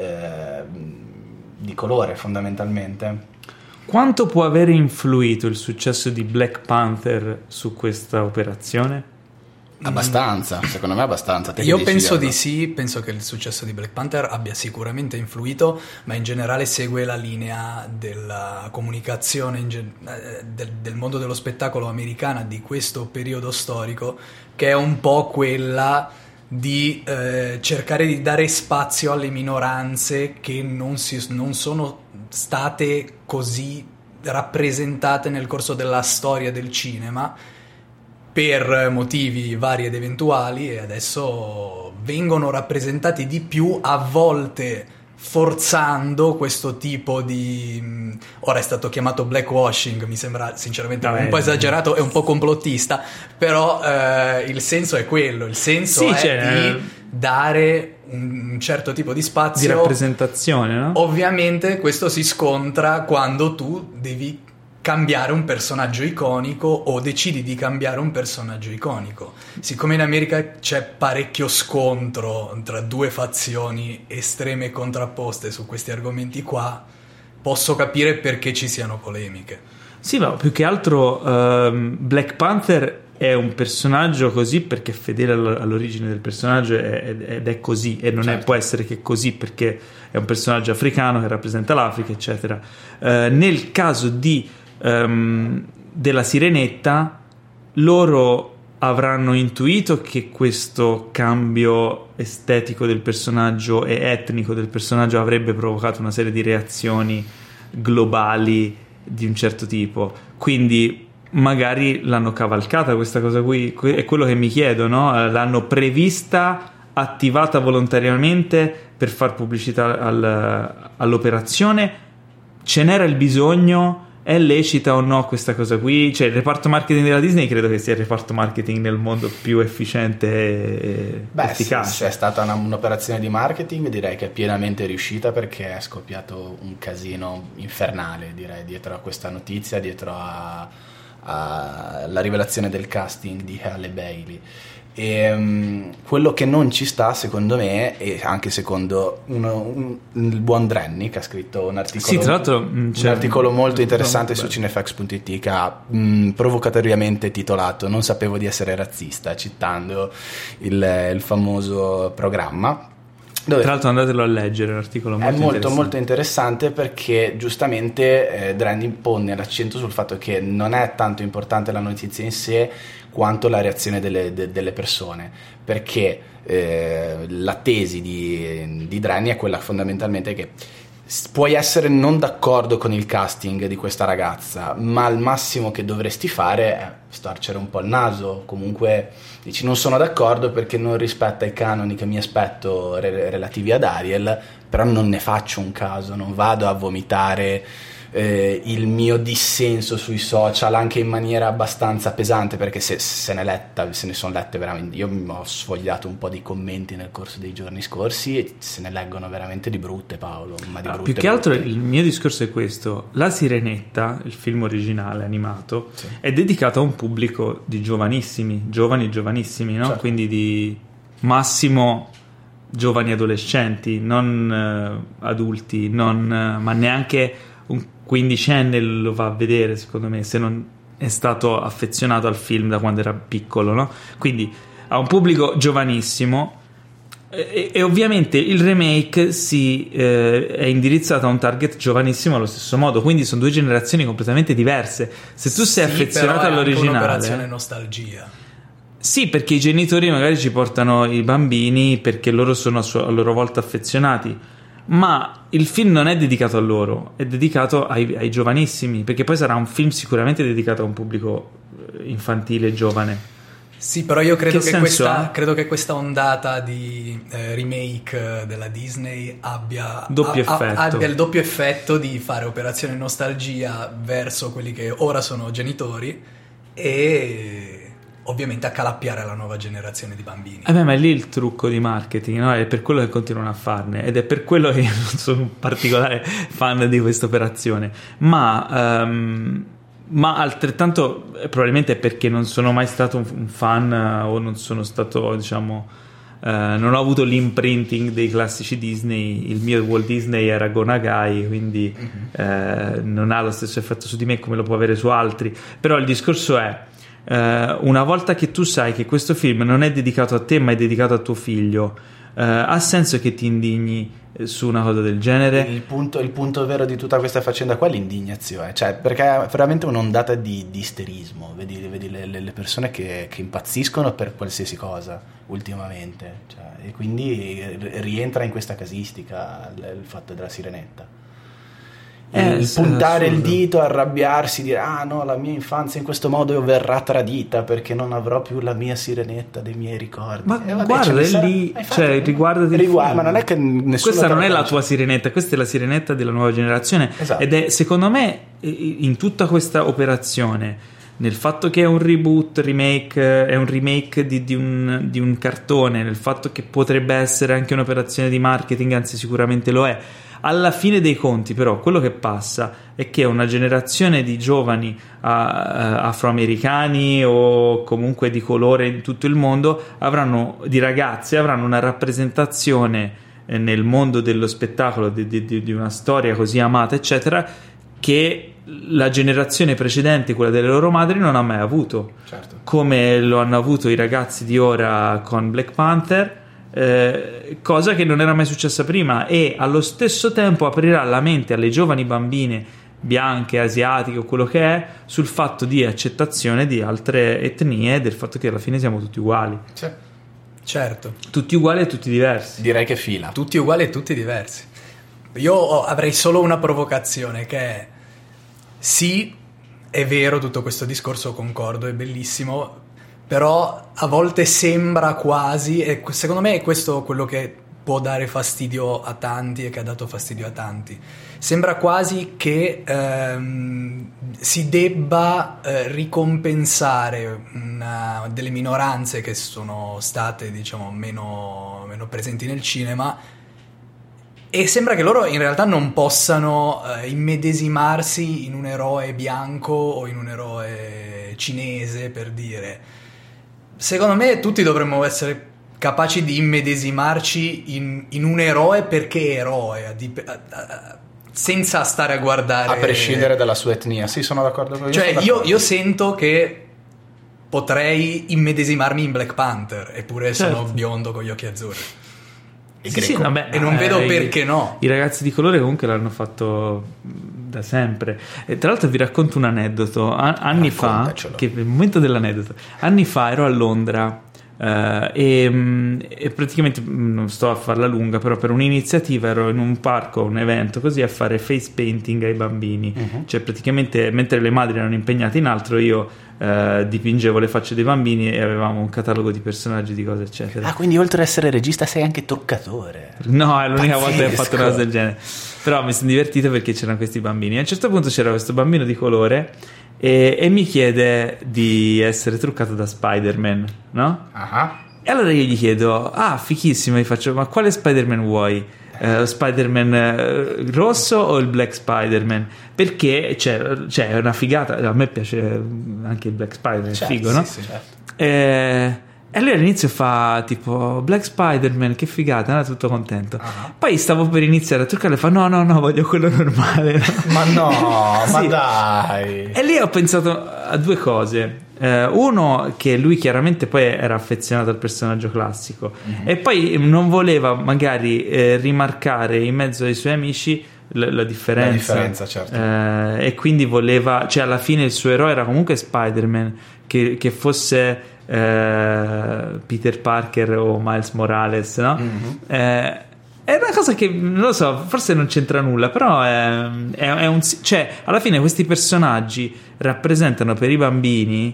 Speaker 2: di colore, fondamentalmente.
Speaker 1: Quanto può avere influito il successo di Black Panther su questa operazione?
Speaker 2: Abbastanza, secondo me abbastanza.
Speaker 3: Io penso di sì, penso che il successo di Black Panther abbia sicuramente influito, ma in generale segue la linea della comunicazione del mondo dello spettacolo americana di questo periodo storico, che è un po' quella di cercare di dare spazio alle minoranze che non sono state così rappresentate nel corso della storia del cinema per motivi vari ed eventuali, e adesso vengono rappresentati di più, a volte forzando questo tipo di... ora è stato chiamato blackwashing, mi sembra sinceramente un po' esagerato e un po' complottista, però il senso è quello, il senso di dare un certo tipo di spazio
Speaker 1: di rappresentazione, no?
Speaker 3: Ovviamente questo si scontra quando tu devi cambiare un personaggio iconico o decidi di cambiare un personaggio iconico. Siccome in America c'è parecchio scontro tra due fazioni estreme e contrapposte su questi argomenti qua, posso capire perché ci siano polemiche.
Speaker 1: Sì, ma più che altro Black Panther è un personaggio così perché è fedele all'origine del personaggio ed è così, e non può essere che così perché è un personaggio africano che rappresenta l'Africa, eccetera. Nel caso della Sirenetta, loro avranno intuito che questo cambio estetico del personaggio e etnico del personaggio avrebbe provocato una serie di reazioni globali di un certo tipo, quindi magari l'hanno cavalcata questa cosa qui, è quello che mi chiedo, no? L'hanno prevista, attivata volontariamente per far pubblicità all'operazione, ce n'era il bisogno, è lecita o no questa cosa qui? Cioè il reparto marketing della Disney credo che sia il reparto marketing nel mondo più efficiente e efficace.
Speaker 2: Se è stata un'operazione di marketing, direi che è pienamente riuscita, perché è scoppiato un casino infernale, direi, dietro a questa notizia, dietro alla rivelazione del casting di Halle Bailey. E quello che non ci sta, secondo me, e anche secondo il buon Drenny, che ha scritto un articolo,
Speaker 1: sì, tra l'altro,
Speaker 2: un articolo molto interessante su cinefax.it, che ha provocatoriamente titolato "Non sapevo di essere razzista", citando il famoso programma.
Speaker 1: Tra l'altro andatelo a leggere, l'articolo
Speaker 2: molto interessante, perché giustamente Drenny pone l'accento sul fatto che non è tanto importante la notizia in sé quanto la reazione delle persone, perché la tesi di Drenny è quella fondamentalmente che puoi essere non d'accordo con il casting di questa ragazza, ma al massimo che dovresti fare è storcere un po' il naso, comunque dici non sono d'accordo perché non rispetta i canoni che mi aspetto relativi ad Ariel, però non ne faccio un caso, non vado a vomitare il mio dissenso sui social anche in maniera abbastanza pesante, perché se ne sono lette veramente, io mi ho sfogliato un po' di commenti nel corso dei giorni scorsi e se ne leggono veramente di brutte, Paolo, ma di brutte.
Speaker 1: Più che altro il mio discorso è questo: La Sirenetta, il film originale animato, sì, è dedicato a un pubblico di giovanissimi, no? Certo. Quindi di massimo giovani adolescenti, non adulti, ma neanche un quindicenne lo va a vedere, secondo me, se non è stato affezionato al film da quando era piccolo, no? Quindi ha un pubblico giovanissimo e ovviamente il remake è indirizzato a un target giovanissimo allo stesso modo, quindi sono due generazioni completamente diverse. Se tu sei affezionato all'originale, è
Speaker 3: un'operazione nostalgia.
Speaker 1: Sì, perché i genitori magari ci portano i bambini perché loro sono a loro volta affezionati, ma il film non è dedicato a loro, è dedicato ai giovanissimi, perché poi sarà un film sicuramente dedicato a un pubblico infantile giovane.
Speaker 3: Sì, però io credo che questa ondata di remake della Disney abbia il doppio effetto di fare operazione nostalgia verso quelli che ora sono genitori e ovviamente accalappiare la nuova generazione di bambini.
Speaker 1: Ma è lì il trucco di marketing, no? È per quello che continuano a farne, ed è per quello che io non sono un particolare fan di questa operazione, ma altrettanto probabilmente è perché non sono mai stato un fan o non sono stato, diciamo, non ho avuto l'imprinting dei classici Disney. Il mio Walt Disney era Go Nagai, quindi non ha lo stesso effetto su di me come lo può avere su altri. Però il discorso è, una volta che tu sai che questo film non è dedicato a te ma è dedicato a tuo figlio, ha senso che ti indigni su una cosa del genere?
Speaker 2: Il punto vero di tutta questa faccenda qua è l'indignazione, cioè, perché è veramente un'ondata di isterismo. Vedi le persone che impazziscono per qualsiasi cosa ultimamente, cioè, e quindi rientra in questa casistica il fatto della sirenetta. Il puntare il dito, arrabbiarsi, dire no, la mia infanzia in questo modo verrà tradita perché non avrò più la mia sirenetta dei miei ricordi.
Speaker 1: Ma guarda, è lì, cioè, riguardati
Speaker 2: ma non è che
Speaker 1: questa non è la tua sirenetta, questa è la sirenetta della nuova generazione.
Speaker 2: Esatto.
Speaker 1: Ed è, secondo me, in tutta questa operazione, nel fatto che è un reboot, remake, è un remake di un cartone, nel fatto che potrebbe essere anche un'operazione di marketing, anzi sicuramente lo è. Alla fine dei conti, però, quello che passa è che una generazione di giovani afroamericani o comunque di colore in tutto il mondo di ragazzi avranno una rappresentazione nel mondo dello spettacolo di una storia così amata, eccetera, che la generazione precedente, quella delle loro madri, non ha mai avuto.
Speaker 2: Certo.
Speaker 1: Come lo hanno avuto i ragazzi di ora con Black Panther, cosa che non era mai successa prima, e allo stesso tempo aprirà la mente alle giovani bambine bianche, asiatiche o quello che è, sul fatto di accettazione di altre etnie, del fatto che alla fine siamo tutti uguali.
Speaker 3: Sì. Certo.
Speaker 1: Tutti uguali e tutti diversi.
Speaker 2: Direi che fila.
Speaker 3: Tutti uguali e tutti diversi. Io avrei solo una provocazione, che è: sì, è vero tutto questo discorso, concordo, è bellissimo, però a volte sembra quasi, e secondo me è questo quello che può dare fastidio a tanti e che ha dato fastidio a tanti, sembra quasi che si debba ricompensare delle minoranze che sono state, diciamo, meno presenti nel cinema, e sembra che loro in realtà non possano immedesimarsi in un eroe bianco o in un eroe cinese, per dire. Secondo me tutti dovremmo essere capaci di immedesimarci in un eroe perché eroe, senza stare a guardare,
Speaker 2: a prescindere dalla sua etnia. Sì, sono d'accordo con voi.
Speaker 3: Cioè, io sento che potrei immedesimarmi in Black Panther, eppure sono biondo con gli occhi azzurri.
Speaker 1: Sì, vabbè,
Speaker 3: e non vedo perché no.
Speaker 1: I ragazzi di colore comunque l'hanno fatto da sempre. E tra l'altro vi racconto un aneddoto. Anni fa, che è il momento dell'aneddoto, anni fa ero a Londra e praticamente, non sto a farla lunga, però per un'iniziativa ero in un parco, un evento così, a fare face painting ai bambini. Cioè praticamente mentre le madri erano impegnate in altro, io dipingevo le facce dei bambini e avevamo un catalogo di personaggi, di cose eccetera.
Speaker 2: Quindi oltre ad essere regista sei anche truccatore?
Speaker 1: No, è l'unica volta che ho fatto una cosa del genere, però mi sono divertito perché c'erano questi bambini. A un certo punto c'era questo bambino di colore e mi chiede di essere truccato da Spider-Man, no? E allora io gli chiedo: fichissimo, gli faccio: ma quale Spider-Man vuoi? Spider-Man rosso o il Black Spider-Man? Perché c'è una figata, a me piace anche il Black Spider-Man,
Speaker 2: certo,
Speaker 1: figo, no?
Speaker 2: Sì, certo.
Speaker 1: E lui all'inizio fa tipo Black Spider-Man, che figata, era tutto contento. Poi stavo per iniziare a truccare e fa no, voglio quello normale.
Speaker 2: Ma no,
Speaker 1: sì.
Speaker 2: Ma dai.
Speaker 1: E lì ho pensato a due cose. Uno, che lui chiaramente poi era affezionato al personaggio classico, e poi non voleva magari rimarcare in mezzo ai suoi amici la differenza,
Speaker 2: certo.
Speaker 1: E quindi voleva, cioè alla fine il suo eroe era comunque Spider-Man, che fosse Peter Parker o Miles Morales, no? È una cosa che non lo so, forse non c'entra nulla, però è cioè alla fine questi personaggi rappresentano per i bambini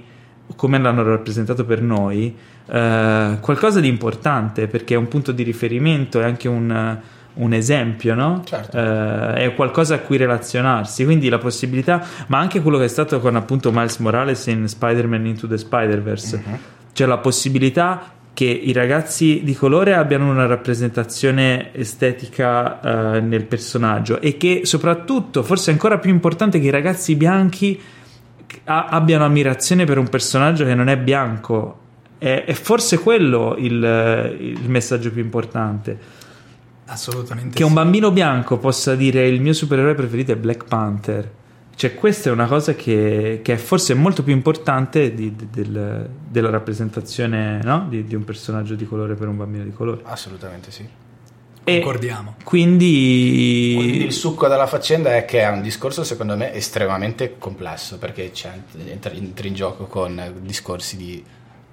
Speaker 1: come l'hanno rappresentato per noi, qualcosa di importante, perché è un punto di riferimento, è anche un esempio, no?
Speaker 2: Certo.
Speaker 1: È qualcosa a cui relazionarsi, quindi la possibilità, ma anche quello che è stato con appunto Miles Morales in Spider-Man Into the Spider-Verse, cioè la possibilità che i ragazzi di colore abbiano una rappresentazione estetica nel personaggio, e che soprattutto, forse ancora più importante, che i ragazzi bianchi abbiano ammirazione per un personaggio che non è bianco. È forse quello il messaggio più importante.
Speaker 3: Assolutamente.
Speaker 1: Che un bambino bianco possa dire il mio supereroe preferito è Black Panther. Cioè, questa è una cosa che è forse molto più importante della rappresentazione, no? di un personaggio di colore per un bambino di colore.
Speaker 2: Assolutamente sì.
Speaker 3: Concordiamo.
Speaker 2: Quindi il succo della faccenda è che è un discorso, secondo me, estremamente complesso, perché entri in gioco con discorsi di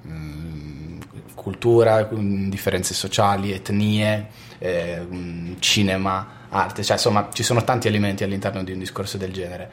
Speaker 2: cultura, differenze sociali, etnie, cinema, arte, cioè insomma ci sono tanti elementi all'interno di un discorso del genere.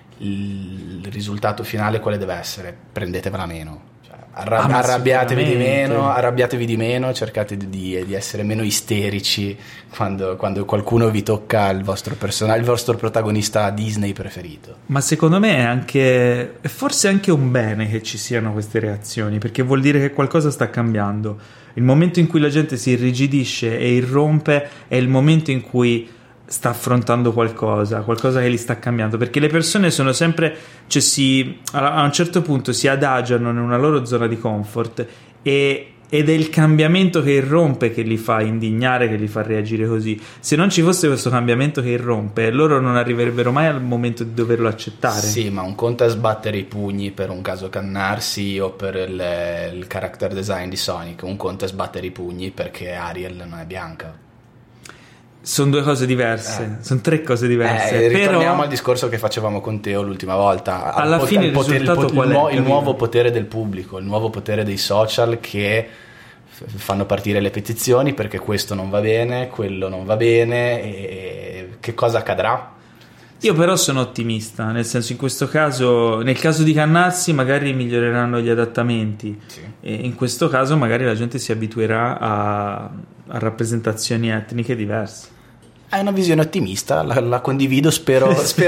Speaker 2: Il risultato finale quale deve essere? Prendetevela meno, cioè, arrabbiatevi di meno, cercate di essere meno isterici quando qualcuno vi tocca il vostro personaggio, il vostro protagonista Disney preferito.
Speaker 1: Ma secondo me è forse anche un bene che ci siano queste reazioni, perché vuol dire che qualcosa sta cambiando. Il momento in cui la gente si irrigidisce e irrompe è il momento in cui sta affrontando qualcosa che li sta cambiando, perché le persone sono sempre, cioè a un certo punto si adagiano in una loro zona di comfort, ed è il cambiamento che irrompe che li fa indignare, che li fa reagire così. Se non ci fosse questo cambiamento che irrompe, loro non arriverebbero mai al momento di doverlo accettare.
Speaker 2: Sì, ma un conto è sbattere i pugni per un caso cannarsi o per il character design di Sonic, un conto è sbattere i pugni perché Ariel non è bianca.
Speaker 1: Sono due cose diverse, sono tre cose diverse.
Speaker 2: Ritorniamo
Speaker 1: però
Speaker 2: al discorso che facevamo con Teo l'ultima volta.
Speaker 1: Alla fine
Speaker 2: il nuovo potere del pubblico, il nuovo potere dei social che fanno partire le petizioni perché questo non va bene, quello non va bene, e che cosa accadrà?
Speaker 1: Io però sono ottimista, nel senso, in questo caso, nel caso di Cannarsi magari miglioreranno gli adattamenti, sì. E in questo caso magari la gente si abituerà a rappresentazioni etniche diverse.
Speaker 2: È una visione ottimista, la condivido, spero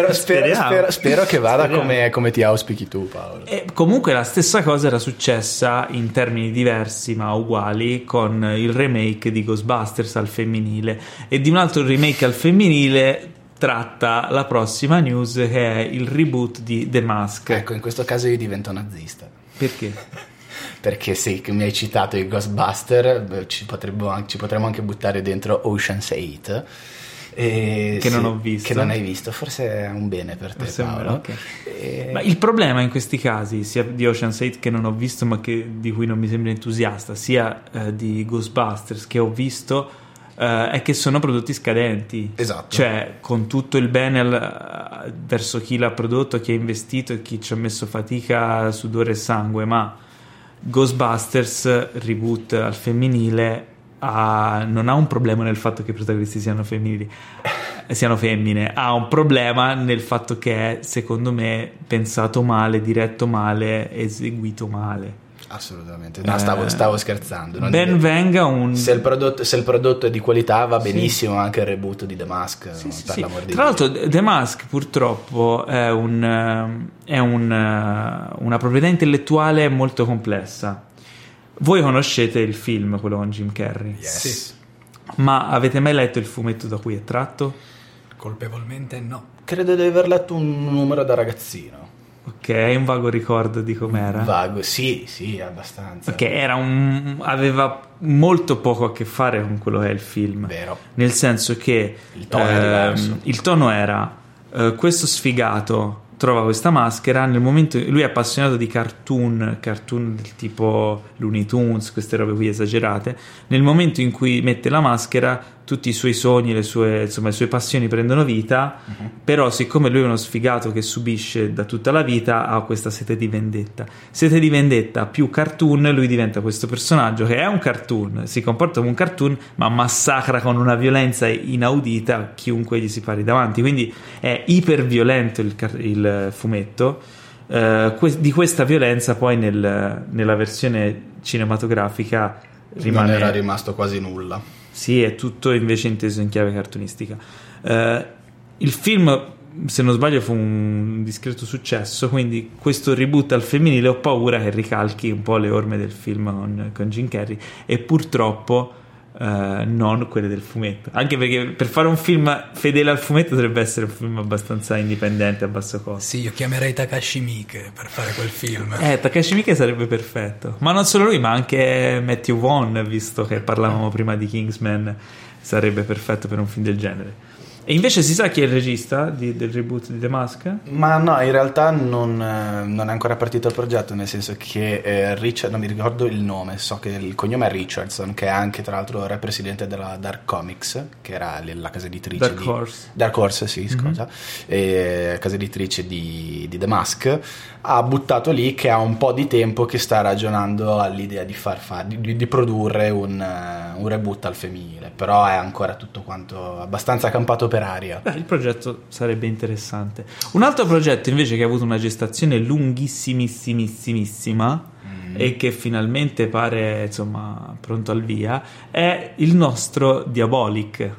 Speaker 2: che vada come ti auspichi tu, Paolo.
Speaker 1: E comunque la stessa cosa era successa in termini diversi ma uguali con il remake di Ghostbusters al femminile, e di un altro remake al femminile tratta la prossima news, che è il reboot di The Mask.
Speaker 2: Ecco, in questo caso io divento nazista.
Speaker 1: Perché?
Speaker 2: Perché se mi hai citato i Ghostbuster, ci potremmo anche buttare dentro Ocean's 8,
Speaker 1: che non ho visto,
Speaker 2: che non hai visto, forse è un bene per te, Paolo.
Speaker 1: Okay. Ma il problema in questi casi, sia di Ocean's 8 che non ho visto ma di cui non mi sembra entusiasta, sia di Ghostbusters che ho visto, è che sono prodotti scadenti.
Speaker 2: Esatto.
Speaker 1: Cioè, con tutto il bene verso chi l'ha prodotto, chi ha investito e chi ci ha messo fatica, sudore e sangue, ma Ghostbusters reboot al femminile non ha un problema nel fatto che i protagonisti siano femmine, ha un problema nel fatto che è, secondo me, pensato male, diretto male, eseguito male.
Speaker 2: Assolutamente, no, stavo scherzando.
Speaker 1: Venga
Speaker 2: se il prodotto è di qualità va benissimo, sì. Anche il reboot di The Mask, per l'amor di
Speaker 1: Tra l'altro The Mask purtroppo è una proprietà intellettuale molto complessa. Voi conoscete il film, quello con Jim Carrey?
Speaker 2: Yes.
Speaker 3: Sì.
Speaker 1: Ma avete mai letto il fumetto da cui è tratto?
Speaker 3: Colpevolmente no.
Speaker 2: Credo di aver letto un numero da ragazzino.
Speaker 1: Ok, hai un vago ricordo di com'era?
Speaker 2: Vago, sì, abbastanza.
Speaker 1: Perché aveva molto poco a che fare con quello che è il film.
Speaker 2: Vero.
Speaker 1: Nel senso che
Speaker 2: il tono è diverso.
Speaker 1: Il tono era questo sfigato trova questa maschera, nel momento lui è appassionato di cartoon del tipo Looney Tunes, queste robe qui esagerate. Nel momento in cui mette la maschera, tutti i suoi sogni, le sue passioni prendono vita, però siccome lui è uno sfigato che subisce da tutta la vita, ha questa sete di vendetta più cartoon. Lui diventa questo personaggio che è un cartoon, si comporta come un cartoon, ma massacra con una violenza inaudita chiunque gli si pari davanti, quindi è iperviolento il fumetto. di questa violenza poi nella versione cinematografica
Speaker 2: non era rimasto quasi nulla.
Speaker 1: Sì, è tutto invece inteso in chiave cartunistica. Il film, se non sbaglio, fu un discreto successo, quindi questo reboot al femminile ho paura che ricalchi un po' le orme del film con Jim Carrey, e purtroppo non quelle del fumetto, anche perché per fare un film fedele al fumetto dovrebbe essere un film abbastanza indipendente, a basso costo.
Speaker 3: Sì, io chiamerei Takashi Miike per fare quel film.
Speaker 1: Takashi Miike sarebbe perfetto, ma non solo lui, ma anche Matthew Vaughn, visto che parlavamo prima di Kingsman, sarebbe perfetto per un film del genere. E invece si sa chi è il regista del reboot di The Mask?
Speaker 2: Ma no, in realtà non è ancora partito il progetto, nel senso che Richard, non mi ricordo il nome, so che il cognome è Richardson, che è anche tra l'altro re presidente della Dark Comics, che era la casa editrice Dark Horse, sì, scusa, casa editrice di The Mask. Ha buttato lì che ha un po' di tempo che sta ragionando all'idea di produrre un reboot al femminile, però è ancora tutto quanto abbastanza campato per aria.
Speaker 1: Il progetto sarebbe interessante. Un altro progetto invece che ha avuto una gestazione lunghissimissimissima e che finalmente pare insomma pronto al via è il nostro Diabolic.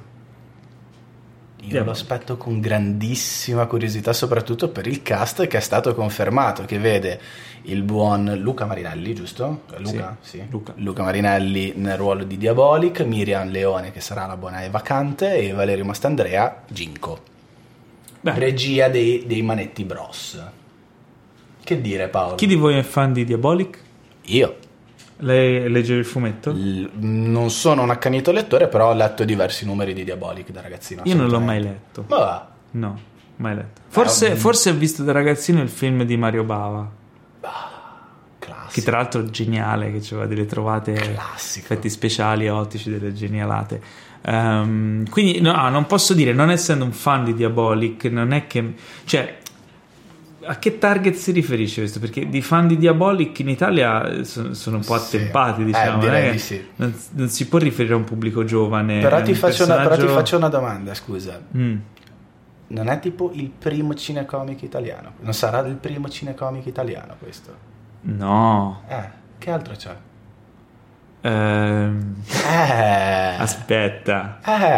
Speaker 2: Io lo aspetto con grandissima curiosità, soprattutto per il cast che è stato confermato, che vede il buon Luca Marinelli, giusto? Luca? Sì. Luca Marinelli nel ruolo di Diabolic, Miriam Leone che sarà la buona Eva Cante e Valerio Mastandrea, Ginko. Regia dei Manetti Bros. Che dire, Paolo?
Speaker 1: Chi di voi è fan di Diabolic?
Speaker 2: Io.
Speaker 1: Lei legge il fumetto?
Speaker 2: Non sono un accanito lettore, però ho letto diversi numeri di Diabolic da ragazzino.
Speaker 1: Io non l'ho mai letto.
Speaker 2: Ma va?
Speaker 1: No, mai letto. Forse ho visto da ragazzino il film di Mario Bava.
Speaker 2: Classico.
Speaker 1: Che tra l'altro è geniale, che aveva delle trovate, effetti speciali ottici, delle genialate. Quindi no, non posso dire, non essendo un fan di Diabolic, non è che... Cioè, a che target si riferisce questo? Perché di fan di Diabolic in Italia sono un po' attempati, diciamo.
Speaker 2: Direi di sì.
Speaker 1: Non si può riferire a un pubblico giovane.
Speaker 2: Però ti faccio una domanda, scusa. Non è tipo il primo cinecomic italiano? Non sarà il primo cinecomic italiano questo?
Speaker 1: No.
Speaker 2: Che altro c'è?
Speaker 1: Aspetta.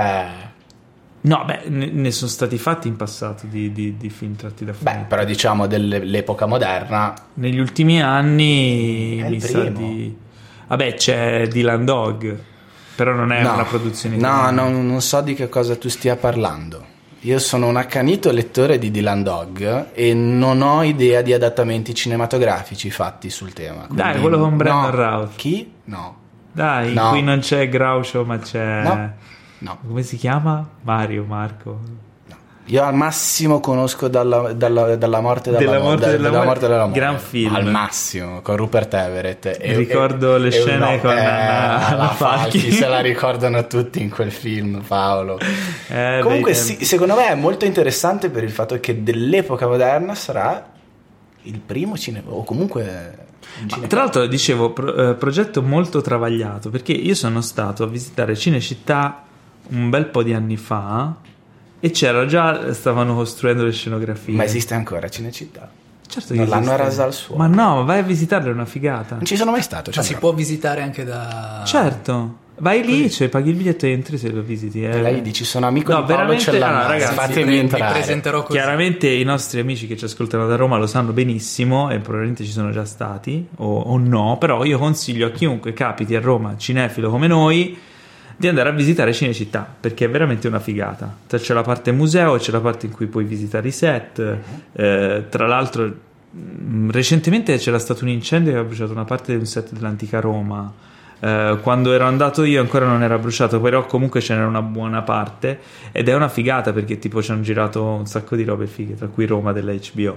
Speaker 1: No, ne sono stati fatti in passato di film tratti da fumetti.
Speaker 2: Però diciamo dell'epoca moderna.
Speaker 1: Negli ultimi anni mi sa di... Vabbè, c'è Dylan Dog, però non è una produzione italiana.
Speaker 2: No, non so di che cosa tu stia parlando. Io sono un accanito lettore di Dylan Dog e non ho idea di adattamenti cinematografici fatti sul tema. Quindi...
Speaker 1: Dai, quello con Brandon Routh.
Speaker 2: Chi? No.
Speaker 1: Dai, qui non c'è Groucho, ma c'è...
Speaker 2: No.
Speaker 1: Come si chiama? Marco. No.
Speaker 2: Io al massimo conosco dalla morte della morte.
Speaker 1: Gran film.
Speaker 2: Al massimo, con Rupert Everett.
Speaker 1: Ricordo le scene con Anna Falchi.
Speaker 2: Se la ricordano tutti in quel film, Paolo. Comunque secondo me è molto interessante per il fatto che dell'epoca moderna sarà il primo cinema, o comunque...
Speaker 1: Tra l'altro dicevo, progetto molto travagliato, perché io sono stato a visitare Cinecittà un bel po' di anni fa e stavano costruendo le scenografie.
Speaker 2: Ma esiste ancora Cinecittà?
Speaker 1: Certo,
Speaker 2: non l'hanno rasa al suolo.
Speaker 1: Ma no, vai a visitarla, è una figata.
Speaker 2: Non ci sono mai stato.
Speaker 3: Ma si può visitare anche da...
Speaker 1: Certo, vai lì, paghi il biglietto e entri se lo visiti.
Speaker 2: Lei dici sono amico di Paolo Cellana,
Speaker 1: ragazzi,
Speaker 2: fatemi entrare.
Speaker 3: Mi presenterò così.
Speaker 1: Chiaramente i nostri amici che ci ascoltano da Roma lo sanno benissimo e probabilmente ci sono già stati o no, però io consiglio a chiunque capiti a Roma, cinefilo come noi, di andare a visitare Cinecittà, perché è veramente una figata. C'è la parte museo, c'è la parte in cui puoi visitare i set. Tra l'altro recentemente c'era stato un incendio che ha bruciato una parte di un set dell'antica Roma. Quando ero andato io ancora non era bruciato, però comunque ce n'era una buona parte ed è una figata, perché tipo ci hanno girato un sacco di robe fighe, tra cui Roma della HBO.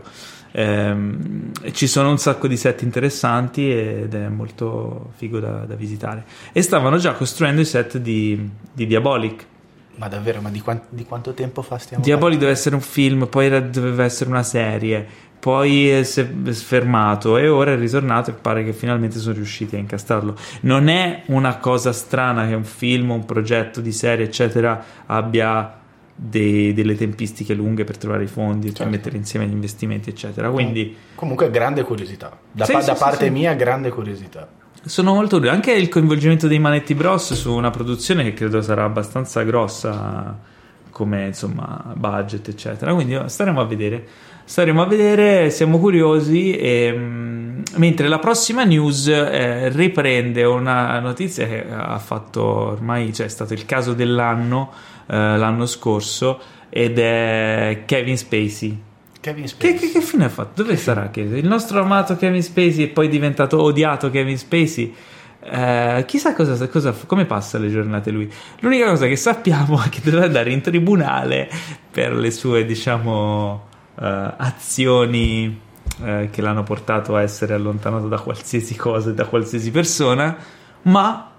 Speaker 1: Ci sono un sacco di set interessanti ed è molto figo da visitare, e stavano già costruendo i set di Diabolic.
Speaker 2: Ma davvero? Ma di quanto tempo fa stiamo
Speaker 1: Diabolic doveva essere un film, poi doveva essere una serie, poi si è fermato e ora è ritornato e pare che finalmente sono riusciti a incastrarlo. Non è una cosa strana che un film, un progetto di serie eccetera abbia delle tempistiche lunghe per trovare i fondi, per mettere insieme gli investimenti, eccetera. Quindi
Speaker 2: comunque grande curiosità da parte mia, grande curiosità.
Speaker 1: Sono molto curioso anche il coinvolgimento dei Manetti Bros su una produzione che credo sarà abbastanza grossa come insomma budget, eccetera. Quindi staremo a vedere, siamo curiosi. Mentre la prossima news riprende una notizia che ha fatto ormai, cioè è stato il caso dell'anno, l'anno scorso, ed è Kevin Spacey. Che fine ha fatto? Dove sarà il nostro amato Kevin Spacey è poi diventato odiato Kevin Spacey? Chissà come passa le giornate lui. L'unica cosa che sappiamo è che deve andare in tribunale per le sue, diciamo, azioni che l'hanno portato a essere allontanato da qualsiasi cosa e da qualsiasi persona. Ma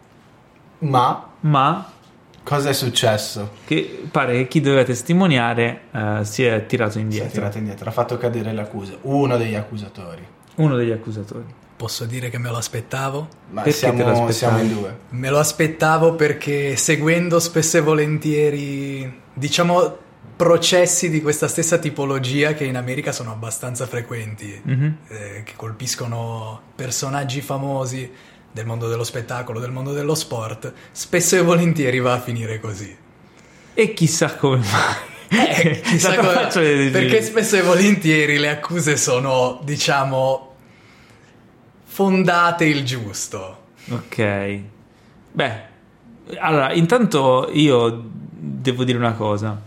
Speaker 2: cosa è successo?
Speaker 1: Che pare che chi doveva testimoniare si è tirato indietro.
Speaker 2: Ha fatto cadere le accuse. Uno degli accusatori.
Speaker 3: Posso dire che me lo aspettavo?
Speaker 2: Ma siamo in due.
Speaker 3: Me lo aspettavo perché seguendo spesso e volentieri, diciamo, processi di questa stessa tipologia che in America sono abbastanza frequenti, che colpiscono personaggi famosi del mondo dello spettacolo, del mondo dello sport, spesso e volentieri va a finire così.
Speaker 1: E chissà come mai.
Speaker 3: Perché spesso e volentieri le accuse sono, diciamo, fondate il giusto.
Speaker 1: Ok. Beh, allora, intanto io devo dire una cosa.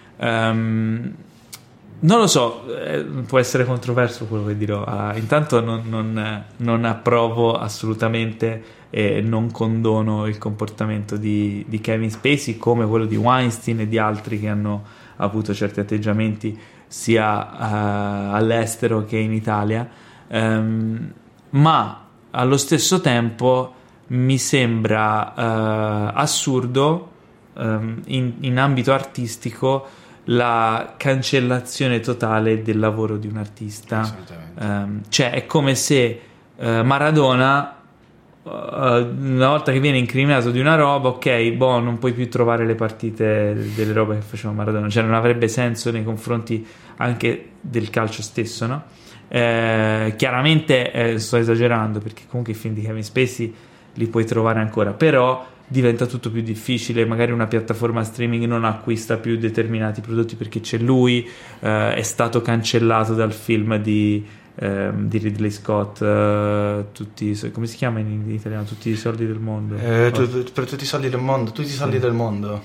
Speaker 1: Non lo so, può essere controverso quello che dirò. Intanto non approvo assolutamente e non condono il comportamento di Kevin Spacey, come quello di Weinstein e di altri che hanno avuto certi atteggiamenti sia all'estero che in Italia. Ma allo stesso tempo mi sembra assurdo in ambito artistico la cancellazione totale del lavoro di un artista. Cioè è come se Maradona una volta che viene incriminato di una roba, ok, non puoi più trovare le partite delle robe che faceva Maradona, cioè non avrebbe senso nei confronti anche del calcio stesso, no? Chiaramente sto esagerando, perché comunque i film di Kevin Spacey li puoi trovare ancora, però diventa tutto più difficile. Magari una piattaforma streaming non acquista più determinati prodotti perché c'è lui, è stato cancellato dal film di Ridley Scott, tutti, come si chiama in italiano? Tutti i soldi del mondo,
Speaker 2: per tutti i soldi del mondo, tutti i soldi del mondo.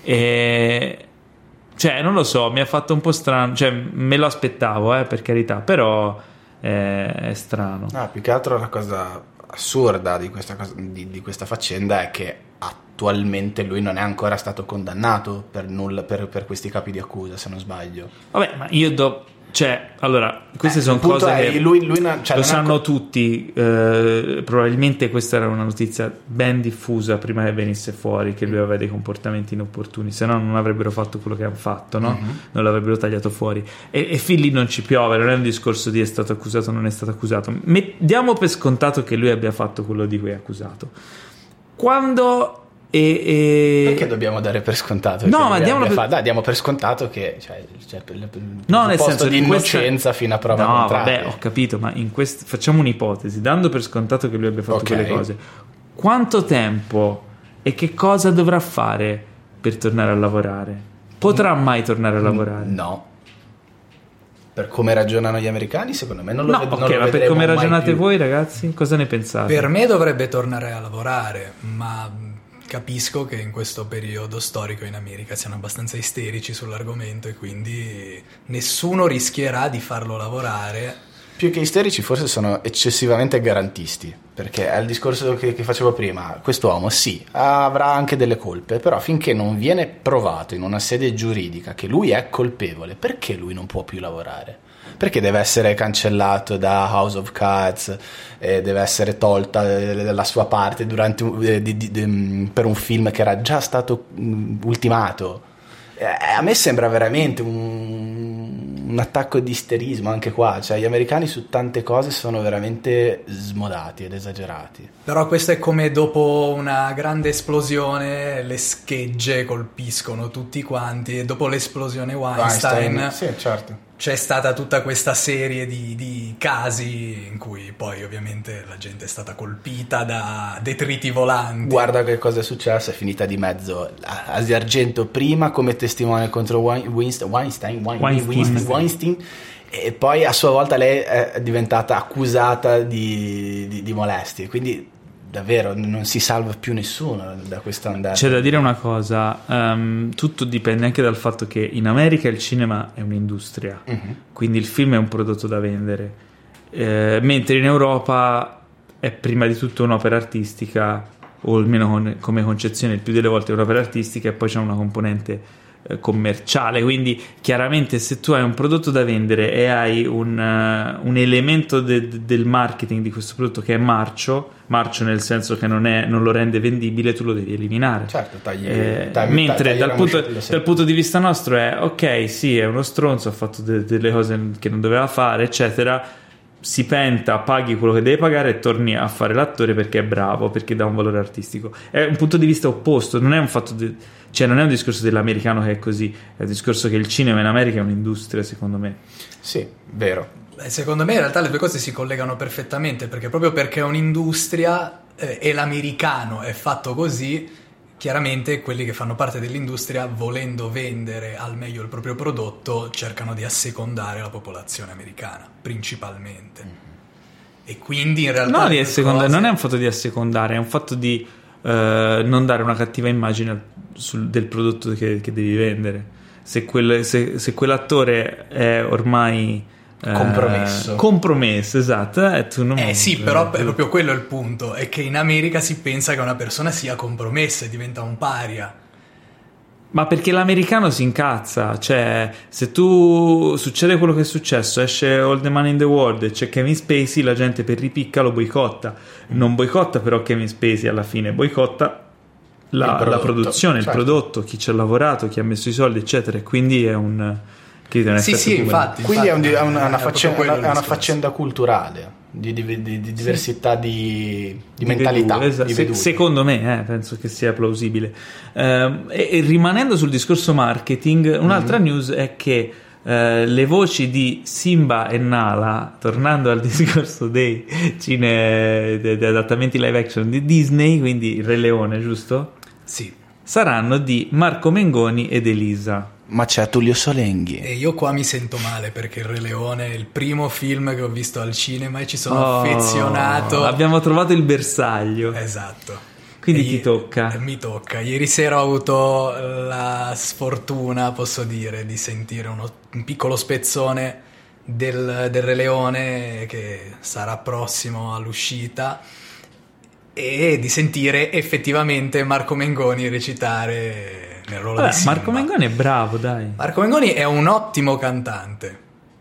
Speaker 1: Cioè non lo so, mi ha fatto un po' strano, cioè me lo aspettavo, per carità, però è strano.
Speaker 2: Più che altro la cosa assurda di questa faccenda è che attualmente lui non è ancora stato condannato per nulla, per questi capi di accusa, se non sbaglio.
Speaker 1: Vabbè, ma allora, queste sono cose che
Speaker 2: lui
Speaker 1: lo sanno tutti. Probabilmente questa era una notizia ben diffusa prima che venisse fuori, che lui aveva dei comportamenti inopportuni, se no non avrebbero fatto quello che hanno fatto, no? Non l'avrebbero tagliato fuori. E fin lì non ci piove, non è un discorso di è stato accusato o non è stato accusato. Diamo per scontato che lui abbia fatto quello di cui è accusato. Quando
Speaker 2: perché dobbiamo dare per scontato?
Speaker 1: No, ma
Speaker 2: diamo per scontato che
Speaker 1: no, nel
Speaker 2: posto
Speaker 1: senso
Speaker 2: di innocenza fino a prova contraria.
Speaker 1: Vabbè, ho capito, ma facciamo un'ipotesi, dando per scontato che lui abbia fatto quelle cose. Quanto tempo e che cosa dovrà fare per tornare a lavorare? Potrà mai tornare a lavorare?
Speaker 2: No. Per come ragionano gli americani, secondo me non lo
Speaker 1: ma per come ragionate voi, ragazzi, cosa ne pensate?
Speaker 3: Per me dovrebbe tornare a lavorare, ma capisco che in questo periodo storico in America siano abbastanza isterici sull'argomento e quindi nessuno rischierà di farlo lavorare.
Speaker 2: Più che isterici forse sono eccessivamente garantisti, perché è il discorso che facevo prima. Quest'uomo sì, avrà anche delle colpe, però finché non viene provato in una sede giuridica che lui è colpevole, perché lui non può più lavorare? Perché deve essere cancellato da House of Cards, deve essere tolta la sua parte per un film che era già stato ultimato? A me sembra veramente un un attacco di isterismo anche qua, cioè gli americani su tante cose sono veramente smodati ed esagerati.
Speaker 3: Però questo è come dopo una grande esplosione le schegge colpiscono tutti quanti, e dopo l'esplosione Weinstein
Speaker 2: sì, certo,
Speaker 3: c'è stata tutta questa serie di casi in cui poi ovviamente la gente è stata colpita da detriti volanti.
Speaker 2: Guarda che cosa è successo, è finita di mezzo Asia Argento prima come testimone contro Weinstein, e poi a sua volta lei è diventata accusata di molestie, quindi davvero non si salva più nessuno da questa ondata.
Speaker 1: C'è da dire una cosa, tutto dipende anche dal fatto che in America il cinema è un'industria, quindi il film è un prodotto da vendere, mentre in Europa è prima di tutto un'opera artistica, o almeno come concezione il più delle volte è un'opera artistica, e poi c'è una componente commerciale, quindi chiaramente se tu hai un prodotto da vendere e hai un elemento del marketing di questo prodotto che è marcio nel senso che non lo rende vendibile, tu lo devi eliminare.
Speaker 2: Certo,
Speaker 1: mentre dal punto di vista nostro è ok, sì, è uno stronzo, ha fatto delle cose che non doveva fare, eccetera, si penta, paghi quello che deve pagare e torni a fare l'attore perché è bravo, perché dà un valore artistico. È un punto di vista opposto, non è un fatto cioè non è un discorso dell'americano che è così, è un discorso che il cinema in America è un'industria, secondo me.
Speaker 2: Sì, vero.
Speaker 3: Secondo me in realtà le due cose si collegano perfettamente, perché proprio perché è un'industria e l'americano è fatto così, chiaramente quelli che fanno parte dell'industria, volendo vendere al meglio il proprio prodotto, cercano di assecondare la popolazione americana principalmente. E quindi in realtà
Speaker 1: non è un fatto di assecondare, è un fatto di non dare una cattiva immagine del prodotto che devi vendere. Se quell'attore è ormai compromesso, esatto, tu non
Speaker 3: sì, però è proprio quello il punto, è che in America si pensa che una persona sia compromessa e diventa un paria.
Speaker 1: Ma perché l'americano si incazza, cioè se tu succede quello che è successo, esce All the Money in the World e c'è Kevin Spacey, la gente per ripicca lo boicotta, non boicotta però Kevin Spacey, alla fine boicotta la produzione, certo, il prodotto, chi ci ha lavorato, chi ha messo i soldi, eccetera, e quindi è un
Speaker 3: infatti,
Speaker 2: quindi è una faccenda culturale di diversità di mentalità,
Speaker 1: esatto. Secondo me penso che sia plausibile. E rimanendo sul discorso marketing, un'altra news è che le voci di Simba e Nala, tornando al discorso dei adattamenti live action di Disney, quindi il Re Leone, giusto?
Speaker 3: Sì.
Speaker 1: Saranno di Marco Mengoni ed Elisa.
Speaker 2: Ma c'è Tullio Solenghi.
Speaker 3: E io qua mi sento male perché il Re Leone è il primo film che ho visto al cinema e ci sono affezionato.
Speaker 1: Abbiamo trovato il bersaglio.
Speaker 3: Esatto.
Speaker 1: Quindi ti tocca.
Speaker 3: Mi tocca. Ieri sera ho avuto la sfortuna, posso dire, di sentire un piccolo spezzone del Re Leone che sarà prossimo all'uscita, e di sentire effettivamente Marco Mengoni recitare nel ruolo di Simba.
Speaker 1: Marco Mengoni è bravo, dai.
Speaker 3: Marco Mengoni è un ottimo cantante.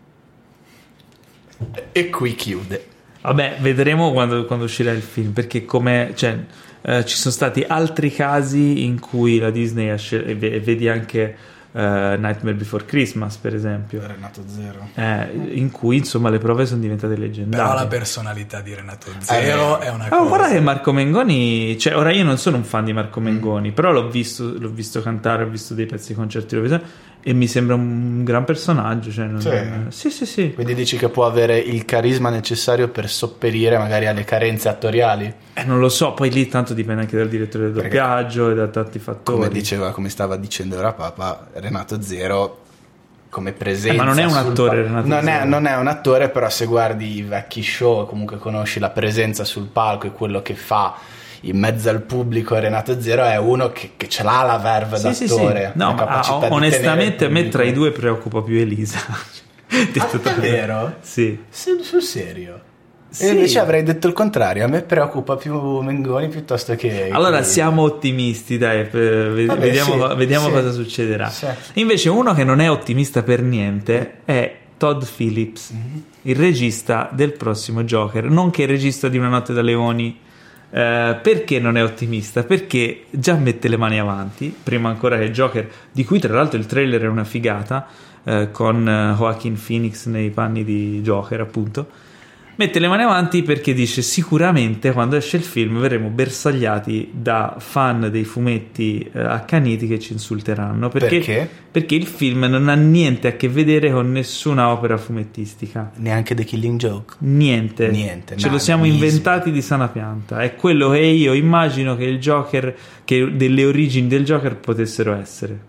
Speaker 2: E qui chiude.
Speaker 1: Vabbè, vedremo quando uscirà il film, perché ci sono stati altri casi in cui la Disney vedi anche Nightmare Before Christmas, per esempio,
Speaker 2: Renato Zero,
Speaker 1: in cui insomma le prove sono diventate leggendarie.
Speaker 3: Però la personalità di Renato Zero è una cosa.
Speaker 1: Guarda che Marco Mengoni, cioè ora io non sono un fan di Marco Mengoni, però l'ho visto cantare, ho visto dei pezzi di concerti, e mi sembra un gran personaggio, sì.
Speaker 2: Quindi dici che può avere il carisma necessario per sopperire magari alle carenze attoriali?
Speaker 1: Non lo so, poi lì tanto dipende anche dal direttore del doppiaggio e da tanti fattori.
Speaker 2: Come stava dicendo ora Papa, Renato Zero come presenza,
Speaker 1: ma non è un attore, Renato Zero.
Speaker 2: Non è un attore, però se guardi i vecchi show comunque conosci la presenza sul palco e quello che fa in mezzo al pubblico. Renato Zero è uno che ce l'ha la verve d'attore.
Speaker 1: Sì. No, ma onestamente a me tra i due preoccupa più Elisa.
Speaker 2: Davvero?
Speaker 1: Sì.
Speaker 2: Sul serio?
Speaker 1: Sì.
Speaker 2: E invece avrei detto il contrario, a me preoccupa più Mengoni piuttosto che...
Speaker 1: Allora siamo ottimisti, dai, vediamo cosa succederà. Sì. Invece uno che non è ottimista per niente è Todd Phillips, il regista del prossimo Joker, nonché il regista di Una notte da leoni, Perché non è ottimista? Perché già mette le mani avanti, prima ancora che Joker, di cui tra l'altro il trailer è una figata, con Joaquin Phoenix nei panni di Joker, appunto. Mette le mani avanti perché dice: sicuramente quando esce il film verremo bersagliati da fan dei fumetti accaniti che ci insulteranno, perché il film non ha niente a che vedere con nessuna opera fumettistica,
Speaker 2: neanche The Killing Joke,
Speaker 1: niente, ce lo siamo inventati di sana pianta. È quello che io immagino che il Joker, che delle origini del Joker potessero essere.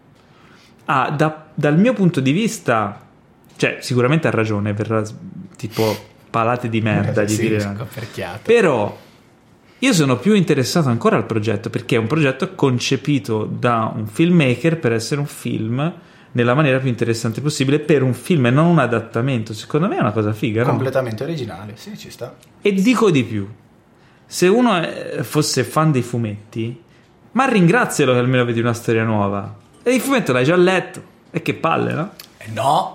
Speaker 1: Dal mio punto di vista, cioè sicuramente ha ragione, verrà tipo palate di merda di dire, però io sono più interessato ancora al progetto, perché è un progetto concepito da un filmmaker per essere un film nella maniera più interessante possibile, per un film e non un adattamento. Secondo me è una cosa figa,
Speaker 2: completamente originale, sì, ci sta.
Speaker 1: E dico di più, se uno fosse fan dei fumetti, ma ringrazialo che almeno vedi una storia nuova, e il fumetto l'hai già letto, e che palle, no?
Speaker 3: No,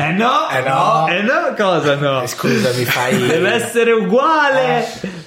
Speaker 1: cosa no?
Speaker 2: Scusami,
Speaker 1: deve essere uguale.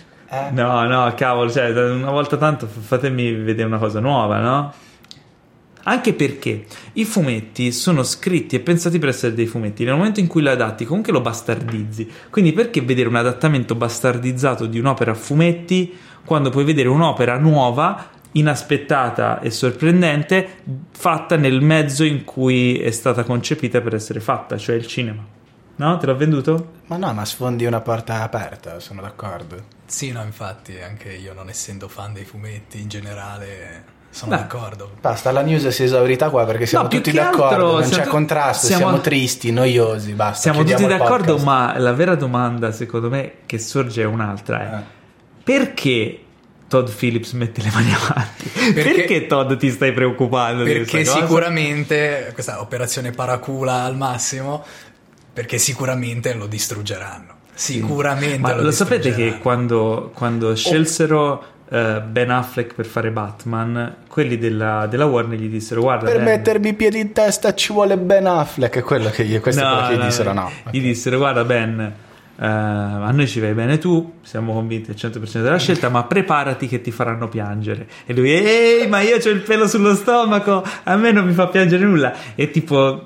Speaker 1: No, cavolo, cioè, una volta tanto fatemi vedere una cosa nuova, no? Anche perché i fumetti sono scritti e pensati per essere dei fumetti. Nel momento in cui lo adatti, comunque lo bastardizzi. Quindi perché vedere un adattamento bastardizzato di un'opera a fumetti quando puoi vedere un'opera nuova, inaspettata e sorprendente, fatta nel mezzo in cui è stata concepita per essere fatta, cioè il cinema? No? Te l'ho venduto?
Speaker 2: Ma sfondi una porta aperta, sono d'accordo.
Speaker 3: Sì, no, infatti anche io, non essendo fan dei fumetti in generale, sono d'accordo.
Speaker 2: Basta, la news si è esaurita qua, perché siamo tutti d'accordo, non c'è contrasto, siamo tristi, noiosi, basta.
Speaker 1: Siamo tutti d'accordo, ma la vera domanda secondo me che sorge è un'altra, perché Todd Phillips mette le mani avanti? Perché Todd ti stai preoccupando?
Speaker 3: Perché sicuramente questa operazione paracula al massimo, perché sicuramente lo distruggeranno. Sicuramente.
Speaker 1: Ma lo sapete che quando scelsero Ben Affleck per fare Batman, quelli della Warner gli dissero: guarda,
Speaker 2: per mettermi i piedi in testa ci vuole Ben Affleck, è quello che gli dissero.
Speaker 1: Gli dissero: guarda Ben, a noi ci vai bene tu, siamo convinti al 100% della scelta, ma preparati che ti faranno piangere. E lui: ehi, ma io c'ho il pelo sullo stomaco, a me non mi fa piangere nulla. E tipo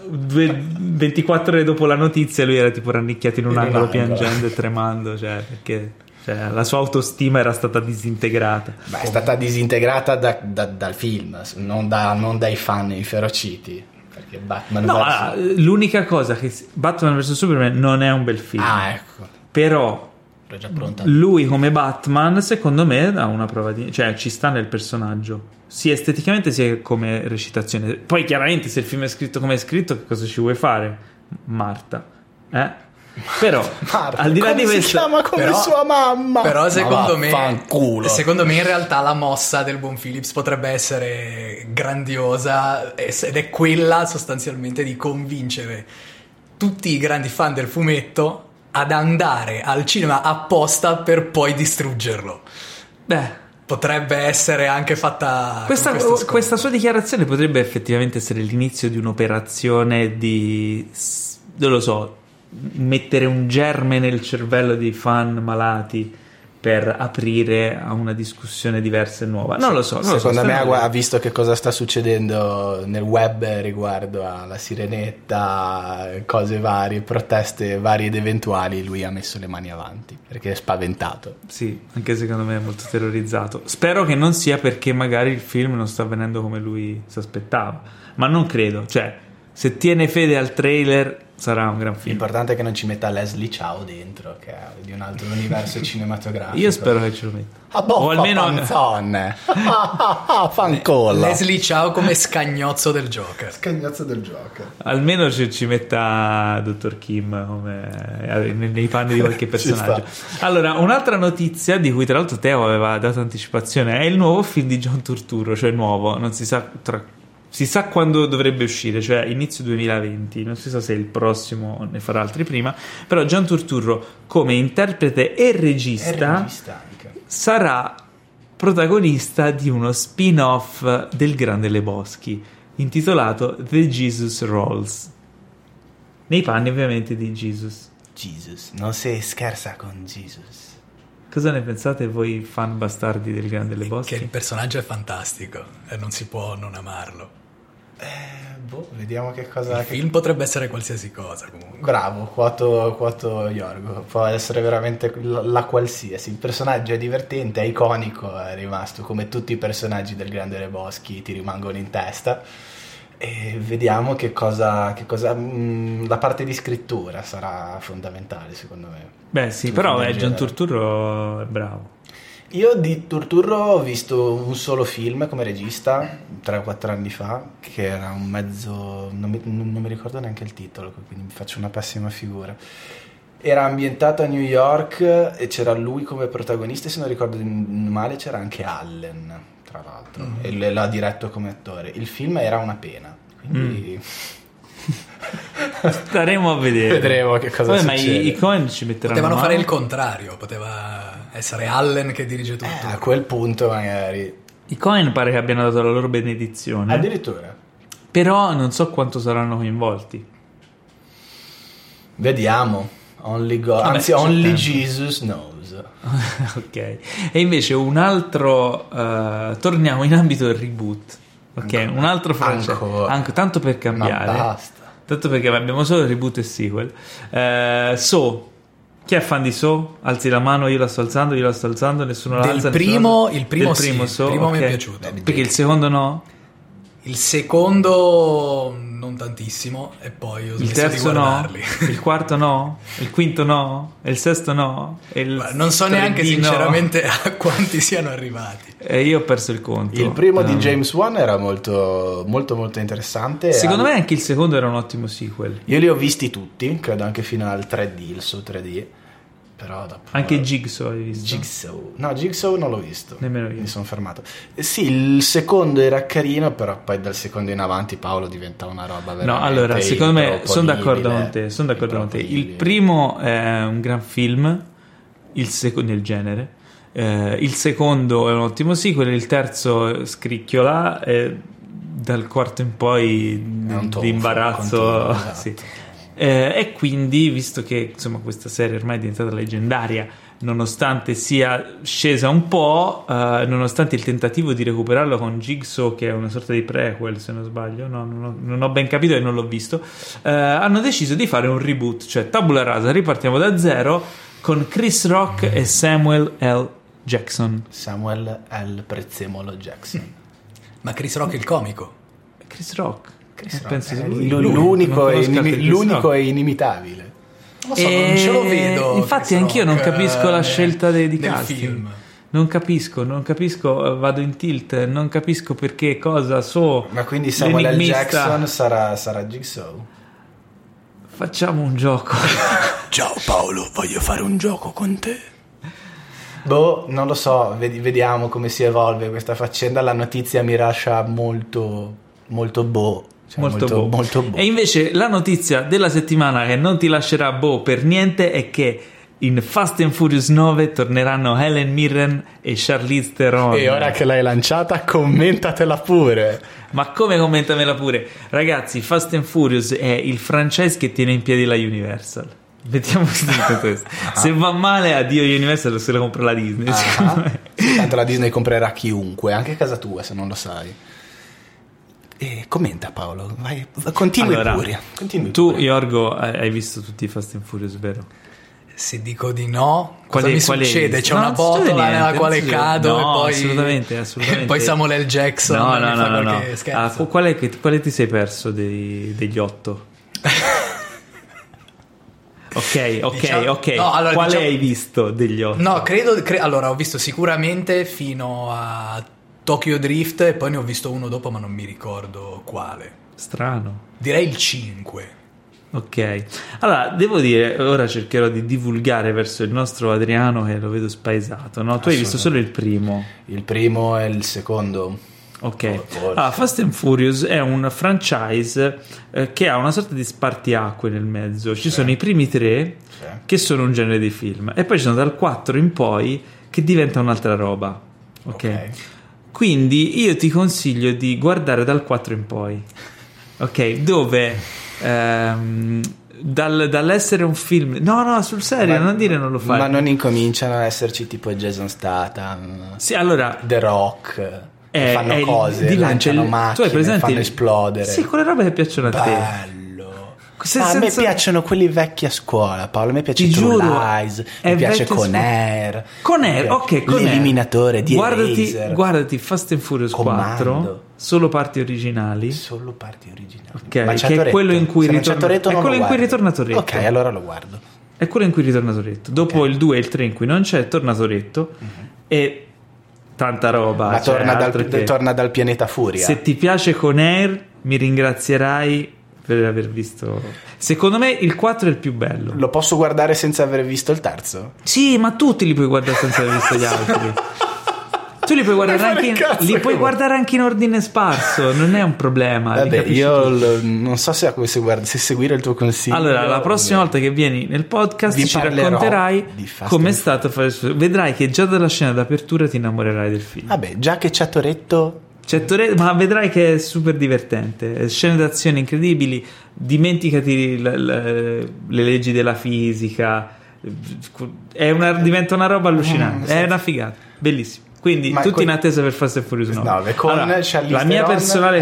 Speaker 1: 24 ore dopo la notizia lui era tipo rannicchiato in un angolo piangendo e tremando, cioè perché la sua autostima era stata disintegrata.
Speaker 2: Beh, è stata disintegrata dal film, non dai fan inferociti. Perché Batman
Speaker 1: l'unica cosa che Batman vs Superman non è un bel film.
Speaker 2: Ecco.
Speaker 1: Però lui come Batman secondo me dà una prova cioè ci sta nel personaggio, sia esteticamente sia come recitazione. Poi chiaramente se il film è scritto come è scritto, che cosa ci vuoi fare, Marta? Però
Speaker 2: Marta,
Speaker 1: al di là di questo,
Speaker 2: si chiama come sua mamma.
Speaker 3: Però secondo me in realtà la mossa del buon Phillips potrebbe essere grandiosa, ed è quella sostanzialmente di convincere tutti i grandi fan del fumetto ad andare al cinema apposta per poi distruggerlo. Potrebbe essere anche fatta
Speaker 1: questa sua dichiarazione potrebbe effettivamente essere l'inizio di un'operazione di, non lo so, mettere un germe nel cervello dei fan malati per aprire a una discussione diversa e nuova. Non lo so.
Speaker 2: Secondo me ha visto che cosa sta succedendo nel web riguardo alla Sirenetta, cose varie, proteste varie ed eventuali. Lui ha messo le mani avanti perché è spaventato.
Speaker 1: Sì, anche secondo me è molto terrorizzato. Spero che non sia perché magari il film non sta avvenendo come lui si aspettava, ma non credo. Cioè, se tiene fede al trailer sarà un gran film.
Speaker 2: L'importante è che non ci metta Leslie Chow dentro, che è di un altro universo cinematografico.
Speaker 1: Io spero che ce lo metta.
Speaker 2: O almeno fanculo.
Speaker 3: Leslie Chow come scagnozzo del Joker.
Speaker 1: Almeno ci metta Dr. Kim come nei panni di qualche personaggio. Allora, un'altra notizia di cui tra l'altro Teo aveva dato anticipazione è il nuovo film di John Turturro, cioè nuovo, non si sa si sa quando dovrebbe uscire, cioè inizio 2020, non si sa se il prossimo ne farà altri prima, però John Turturro come interprete e regista sarà protagonista di uno spin-off del Grande Lebowski intitolato The Jesus Rolls, nei panni ovviamente di Jesus.
Speaker 2: Non si scherza con Jesus.
Speaker 1: Cosa ne pensate voi fan bastardi del Grande Lebowski?
Speaker 3: Che il personaggio è fantastico e non si può non amarlo.
Speaker 2: Vediamo che cosa...
Speaker 3: Il film potrebbe essere qualsiasi cosa comunque.
Speaker 2: Bravo, quoto Yorgo, può essere veramente la qualsiasi. Il personaggio è divertente, è iconico, è rimasto come tutti i personaggi del Grande Lebowski, ti rimangono in testa. E vediamo che cosa la parte di scrittura sarà fondamentale secondo me.
Speaker 1: Beh sì, però John Turturro è bravo.
Speaker 2: Io di Turturro ho visto un solo film come regista 3 o 4 anni fa, che era un mezzo, non mi ricordo neanche il titolo, quindi mi faccio una pessima figura. Era ambientato a New York e c'era lui come protagonista, e se non ricordo male c'era anche Allen, tra l'altro, e l'ha diretto come attore. Il film era una pena, quindi
Speaker 1: staremo a vedere,
Speaker 2: vedremo che cosa succede.
Speaker 1: Ma i Coen ci metteranno
Speaker 3: potevano fare il contrario, poteva essere Allen che dirige tutto.
Speaker 2: A quel punto magari
Speaker 1: i Coen pare che abbiano dato la loro benedizione,
Speaker 2: addirittura,
Speaker 1: però non so quanto saranno coinvolti.
Speaker 2: Vediamo. Only Jesus knows.
Speaker 1: Ok. E invece un altro torniamo in ambito del reboot. Ok, un altro franchise, anche tanto per cambiare.
Speaker 2: Ma basta.
Speaker 1: Tanto perché abbiamo solo reboot e sequel. So, chi è fan di So? Alzi la mano, io la sto alzando, nessuno la alza.
Speaker 3: Il primo
Speaker 1: sì,
Speaker 3: il primo
Speaker 1: okay.
Speaker 3: mi è piaciuto.
Speaker 1: Perché il secondo no?
Speaker 3: Il secondo non tantissimo, e poi ho smesso di guardarli.
Speaker 1: No? Il quarto no? Il quinto no? Il sesto no?
Speaker 3: Non so neanche sinceramente a quanti siano arrivati.
Speaker 1: E io ho perso il conto.
Speaker 2: Il primo di James Wan era molto molto molto interessante.
Speaker 1: Secondo me anche il secondo era un ottimo sequel.
Speaker 2: Io li ho visti tutti, credo anche fino al 3D, il suo 3D. Però dopo...
Speaker 1: Anche Jigsaw hai visto?
Speaker 2: Jigsaw non l'ho visto,
Speaker 1: nemmeno io,
Speaker 2: mi sono fermato. Sì, il secondo era carino, però poi dal secondo in avanti Paolo diventa una roba veramente...
Speaker 1: No, allora, secondo me sono d'accordo con te. Il primo è un gran film, il secondo nel genere, il secondo è un ottimo sequel, il terzo scricchiola, dal quarto in poi di imbarazzo,
Speaker 2: esatto.
Speaker 1: Sì. E quindi, visto che insomma questa serie ormai è diventata leggendaria, nonostante sia scesa un po', nonostante il tentativo di recuperarlo con Jigsaw, che è una sorta di prequel se non sbaglio, non ho ben capito e non l'ho visto, hanno deciso di fare un reboot, cioè tabula rasa, ripartiamo da zero con Chris Rock e Samuel L. Jackson.
Speaker 2: Samuel L. Prezzemolo Jackson.
Speaker 3: Ma Chris Rock è il comico?
Speaker 1: Chris Rock.
Speaker 2: Penso l'unico è inimitabile.
Speaker 3: Non ce lo vedo.
Speaker 1: Infatti anch'io non capisco la scelta di casting. Film. Non capisco, vado in tilt, non capisco perché cosa so.
Speaker 2: Ma quindi Samuel L. Jackson sarà Jigsaw?
Speaker 1: Facciamo un gioco.
Speaker 2: Ciao Paolo, voglio fare un gioco con te. Non lo so, vediamo come si evolve questa faccenda. La notizia mi lascia molto molto molto.
Speaker 1: E invece la notizia della settimana che non ti lascerà per niente è che in Fast and Furious 9 torneranno Helen Mirren e Charlize Theron.
Speaker 2: E ora che l'hai lanciata, commentatela pure.
Speaker 1: Ma come commentamela pure? Ragazzi, Fast and Furious è il franchise che tiene in piedi la Universal. Mettiamo questo. Se va male, addio Universal, se la compra la Disney.
Speaker 2: Sì, tanto la Disney comprerà chiunque, anche a casa tua, se non lo sai. E commenta Paolo, vai, continui pure.
Speaker 1: Tu, Yorgo, hai visto tutti i Fast and Furious, vero?
Speaker 3: Se dico di no, cosa mi succede? C'è una botola nella quale cado, e poi
Speaker 1: assolutamente.
Speaker 3: E poi Samuel L. Jackson
Speaker 1: no.
Speaker 3: Scherzo.
Speaker 1: Quale ti sei perso degli 8? Ok.
Speaker 3: No, allora,
Speaker 1: quale hai visto degli 8?
Speaker 3: No, allora ho visto sicuramente fino a Tokyo Drift, e poi ne ho visto uno dopo, ma non mi ricordo quale.
Speaker 1: Strano.
Speaker 3: Direi il 5.
Speaker 1: Ok, allora devo dire, ora cercherò di divulgare verso il nostro Adriano, che lo vedo spaesato, no? Tu hai visto solo il primo?
Speaker 2: Il primo e il secondo.
Speaker 1: Ok, allora, Fast and Furious è un franchise che ha una sorta di spartiacque nel mezzo. Ci sono i primi 3 che sono un genere di film, e poi ci sono dal 4 in poi che diventa un'altra roba. Ok. Quindi io ti consiglio di guardare dal 4 in poi, ok? Dove dall'essere un film, no, sul serio, non dire non lo fai,
Speaker 2: ma non incominciano ad esserci tipo Jason Statham,
Speaker 1: sì, allora
Speaker 2: The Rock, che fanno cose, lanciano macchine, fanno esplodere,
Speaker 1: sì, quelle robe che piacciono a te.
Speaker 2: Bello. A me piacciono quelli vecchi a scuola, Paolo. A me piace True Lies, mi piace Conair, l'eliminatore di Eraser.
Speaker 1: Guardati Fast and Furious 4, solo parti originali.
Speaker 2: Ok,
Speaker 1: ma che è quello in cui ritorna Toretto.
Speaker 2: Ok, allora lo guardo.
Speaker 1: È quello in cui ritorna Toretto. Dopo il 2 e il 3 in cui non c'è, torna Toretto e tanta roba.
Speaker 2: Ma torna dal pianeta Furia.
Speaker 1: Se ti piace Conair, mi ringrazierai per aver visto. Secondo me il 4 è il più bello.
Speaker 2: Lo posso guardare senza aver visto il terzo?
Speaker 1: Sì, ma tutti li puoi guardare senza aver visto gli altri. Tu li puoi guardare anche in ordine sparso, non è un problema.
Speaker 2: Vabbè, io non so se seguire il tuo consiglio.
Speaker 1: Allora, la prossima volta che vieni nel podcast ci racconterai com'è stato fare. Vedrai che già dalla scena d'apertura ti innamorerai del film.
Speaker 2: Vabbè, già che c'è Toretto,
Speaker 1: ma vedrai che è super divertente. Scene d'azione incredibili. Dimenticati le leggi della fisica. Diventa una roba allucinante. È una figata, bellissimo. Quindi tutti in attesa per Fast and Furious 9.
Speaker 2: Allora,
Speaker 1: la mia personale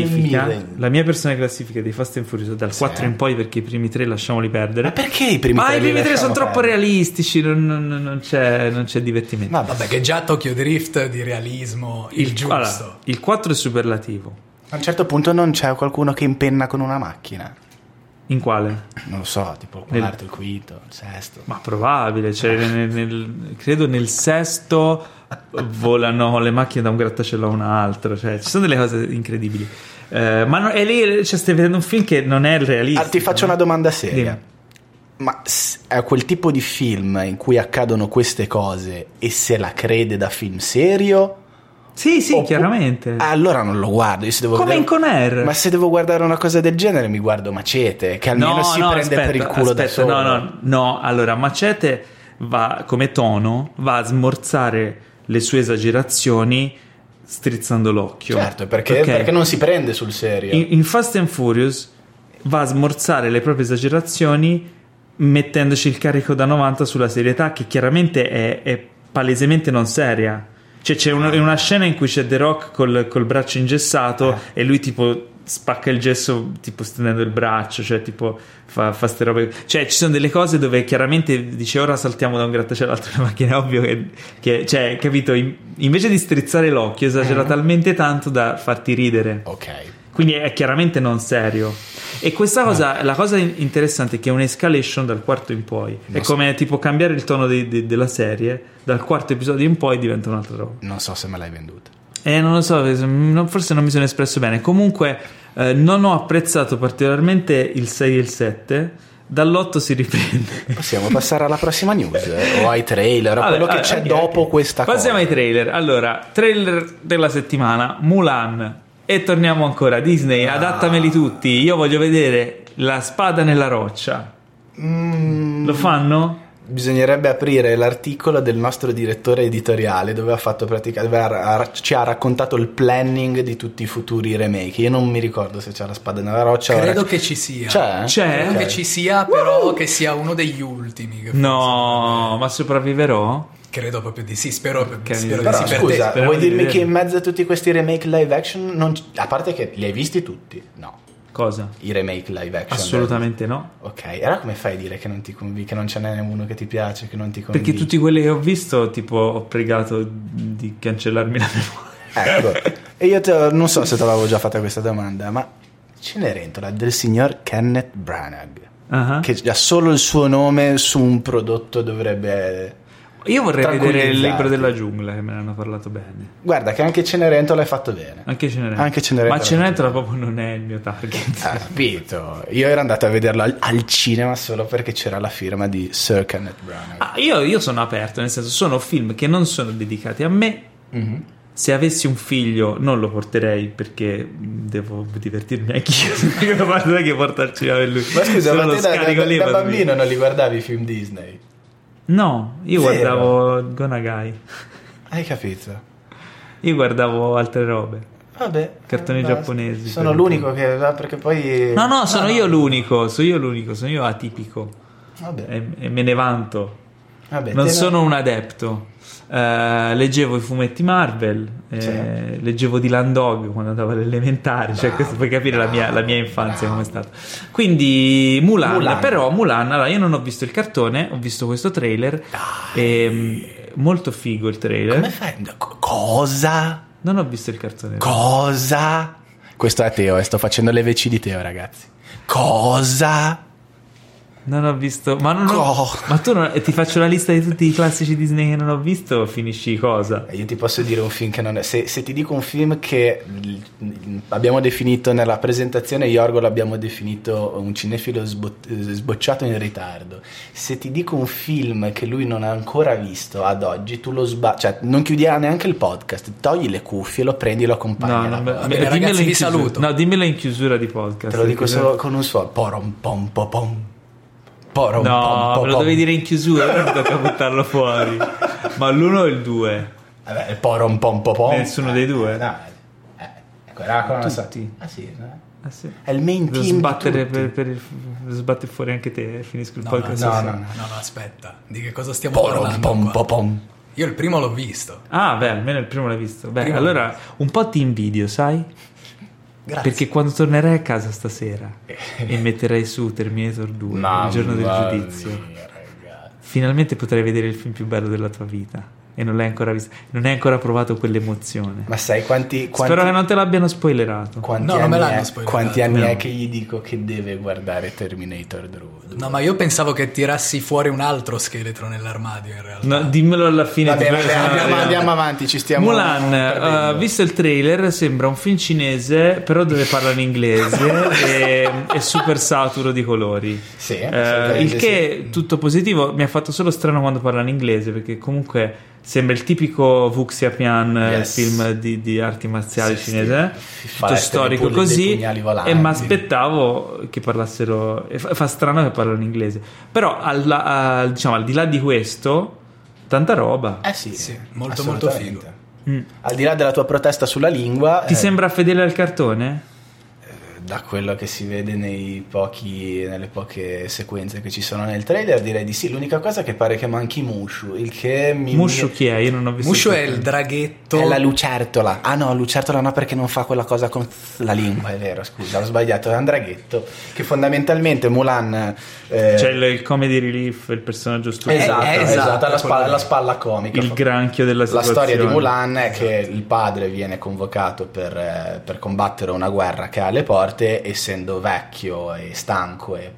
Speaker 1: classifica di Fast and Furious dal 4 in poi, perché i primi 3 lasciamoli perdere.
Speaker 2: Ma perché i primi 3?
Speaker 1: I primi 3 sono troppo realistici, non c'è divertimento.
Speaker 3: Vabbè, che già Tokyo Drift di realismo il giusto.
Speaker 1: Allora, il 4 è superlativo.
Speaker 2: A un certo punto non c'è qualcuno che impenna con una macchina.
Speaker 1: In quale?
Speaker 2: Non lo so, tipo il quarto, il quinto, il sesto.
Speaker 1: Ma probabile, credo nel sesto volano le macchine da un grattacielo a un altro, cioè ci sono delle cose incredibili. Ma è lì, stai vedendo un film che non è realistico.
Speaker 2: Ti faccio una domanda seria. Ma è quel tipo di film in cui accadono queste cose e se la crede da film serio?
Speaker 1: Sì, chiaramente.
Speaker 2: Allora non lo guardo. Io se devo
Speaker 1: come in Conair.
Speaker 2: Ma se devo guardare una cosa del genere mi guardo Macete, che almeno prende per il culo da solo.
Speaker 1: No, allora Macete va come tono, va a smorzare le sue esagerazioni strizzando l'occhio.
Speaker 2: Certo, perché non si prende sul serio.
Speaker 1: In Fast and Furious va a smorzare le proprie esagerazioni mettendoci il carico da 90 sulla serietà, che chiaramente è palesemente non seria. Cioè c'è una scena in cui c'è The Rock col braccio ingessato e lui tipo spacca il gesso tipo stendendo il braccio, cioè tipo fa ste robe. Cioè ci sono delle cose dove chiaramente dice ora saltiamo da un grattacielo all'altro, ma che è ovvio che cioè, capito, invece di strizzare l'occhio esagera talmente tanto da farti ridere.
Speaker 2: Ok.
Speaker 1: Quindi è chiaramente non serio. E questa cosa, la cosa interessante è che è un'escalation dal quarto in poi. È come tipo cambiare il tono della serie. Dal quarto episodio in poi diventa un'altra roba.
Speaker 2: Non so se me l'hai venduta.
Speaker 1: Non lo so, forse non mi sono espresso bene. Comunque non ho apprezzato particolarmente il 6 e il 7. Dall'8 si riprende.
Speaker 2: Possiamo passare alla prossima news o ai trailer, o quello che c'è dopo questa cosa.
Speaker 1: Passiamo ai trailer. Allora, trailer della settimana: Mulan. E torniamo ancora, Disney, adattameli tutti. Io voglio vedere la spada nella roccia. Lo fanno?
Speaker 2: Bisognerebbe aprire l'articolo del nostro direttore editoriale dove ci ha raccontato il planning di tutti i futuri remake. Io non mi ricordo se c'è la spada nella roccia.
Speaker 3: Credo che ci sia.
Speaker 1: C'è?
Speaker 3: Credo che ci sia, però che sia uno degli ultimi.
Speaker 1: No, ma sopravviverò?
Speaker 3: Credo proprio di sì, spero
Speaker 2: però,
Speaker 3: di sì.
Speaker 2: Scusa, vuoi dirmi che in mezzo a tutti questi remake live action a parte che li hai visti tutti? No.
Speaker 1: Cosa?
Speaker 2: I remake live action?
Speaker 1: Assolutamente no.
Speaker 2: Ok, allora come fai a dire che non ti che non ce n'è uno che ti piace, che non ti convince?
Speaker 1: Perché tutti quelli che ho visto, tipo, ho pregato di cancellarmi la memoria.
Speaker 2: Ecco, e io non so se te l'avevo già fatta questa domanda, ma Cenerentola del signor Kenneth Branagh, che già solo il suo nome su un prodotto dovrebbe...
Speaker 1: Io vorrei vedere il libro della giungla, che me ne hanno parlato bene.
Speaker 2: Guarda che anche Cenerentola è fatto bene.
Speaker 1: Anche Cenerentola. Ma Cenerentola proprio non è il mio target.
Speaker 2: Capito. Io ero andato a vederlo al cinema solo perché c'era la firma di Sir Kenneth Branagh.
Speaker 1: Io sono aperto, nel senso, sono film che non sono dedicati a me. Mm-hmm. Se avessi un figlio non lo porterei perché devo divertirmi anch'io. Non posso che portarci a lui.
Speaker 2: Ma scusa, ma te da bambino non li guardavi i film Disney?
Speaker 1: No, io guardavo Gonagai.
Speaker 2: Hai capito?
Speaker 1: Io guardavo altre robe.
Speaker 2: Vabbè,
Speaker 1: cartoni giapponesi.
Speaker 2: Sono l'unico che perché poi
Speaker 1: no, sono io l'unico, sono io atipico.
Speaker 2: Vabbè.
Speaker 1: E me ne vanto.
Speaker 2: Vabbè,
Speaker 1: non sono un adepto. Leggevo i fumetti Marvel, leggevo Dylan Dog quando andavo alle elementari, cioè questo puoi capire la mia infanzia come è stata. Quindi Mulan. Però Mulan, allora io non ho visto il cartone, ho visto questo trailer molto figo il trailer.
Speaker 2: Come fai? Cosa?
Speaker 1: Non ho visto il cartone.
Speaker 2: Cosa? Questo è Teo, sto facendo le veci di Teo, ragazzi. Cosa?
Speaker 1: Non ho visto, ma tu ti faccio la lista di tutti i classici Disney che non ho visto, finisci cosa?
Speaker 2: Io ti posso dire un film che non è. Se ti dico un film che abbiamo definito nella presentazione, Yorgo l'abbiamo definito un cinefilo sbocciato in ritardo. Se ti dico un film che lui non ha ancora visto ad oggi, tu lo cioè non chiudirà neanche il podcast, togli le cuffie, lo prendi e lo accompagni.
Speaker 3: Bene, ragazzi, vi saluto.
Speaker 1: No, dimmelo in chiusura di podcast.
Speaker 2: Te lo dico solo con un suono. Porom pom pom pom.
Speaker 1: No, me lo dovevi dire in chiusura, non tocca buttarlo fuori. Ma l'1 o il 2?
Speaker 2: Vabbè, il porom pom pom pom.
Speaker 1: Nessuno dei due?
Speaker 2: No, era con
Speaker 1: tutti.
Speaker 2: Sì.
Speaker 1: È
Speaker 2: il main team.
Speaker 1: Sbattere sbatti fuori anche te, finisco il podcast.
Speaker 3: No, aspetta. Di che cosa stiamo parlando?
Speaker 2: Pom pom.
Speaker 3: Io il primo l'ho visto.
Speaker 1: Ah, beh, almeno il primo l'hai visto. Beh, allora un po' ti invidio, sai?
Speaker 2: Grazie.
Speaker 1: Perché quando tornerai a casa stasera e metterai su Terminator 2, il giorno del giudizio, finalmente potrai vedere il film più bello della tua vita. E non l'hai ancora visto, non hai ancora provato quell'emozione.
Speaker 2: Ma sai quanti
Speaker 1: spero che non te l'abbiano spoilerato.
Speaker 3: Non me l'hanno spoilerato.
Speaker 2: Quanti anni è che gli dico che deve guardare Terminator 2?
Speaker 3: No, ma io pensavo che tirassi fuori un altro scheletro nell'armadio, in realtà.
Speaker 1: No, dimmelo alla fine.
Speaker 2: Andiamo avanti, ci stiamo.
Speaker 1: Mulan, visto il trailer, sembra un film cinese, però dove parlano inglese e è super saturo di colori.
Speaker 2: Sì,
Speaker 1: il che tutto positivo. Mi ha fatto solo strano quando parlano inglese, perché comunque sembra il tipico Wuxia Pian, film di arti marziali cinese, tutto storico così, e mi aspettavo che parlassero, fa strano che parlano in inglese, però diciamo, al di là di questo tanta roba.
Speaker 2: Sì,
Speaker 3: molto molto figo.
Speaker 2: Al di là della tua protesta sulla lingua,
Speaker 1: ti sembra fedele al cartone?
Speaker 2: Da quello che si vede nelle poche sequenze che ci sono nel trailer, direi di sì. L'unica cosa è che pare che manchi Mushu, il che
Speaker 1: Mushu chi è? Io non ho visto.
Speaker 3: Mushu è il draghetto.
Speaker 2: È la lucertola. Ah no, lucertola no, perché non fa quella cosa con la lingua, è vero, scusa, ho sbagliato. È un draghetto che fondamentalmente Mulan
Speaker 1: c'è il comedy relief, il personaggio stupido.
Speaker 2: Esatto, la spalla comica.
Speaker 1: Il granchio della situazione.
Speaker 2: La storia di Mulan è che il padre viene convocato per combattere una guerra che ha alle porte. Essendo vecchio e stanco e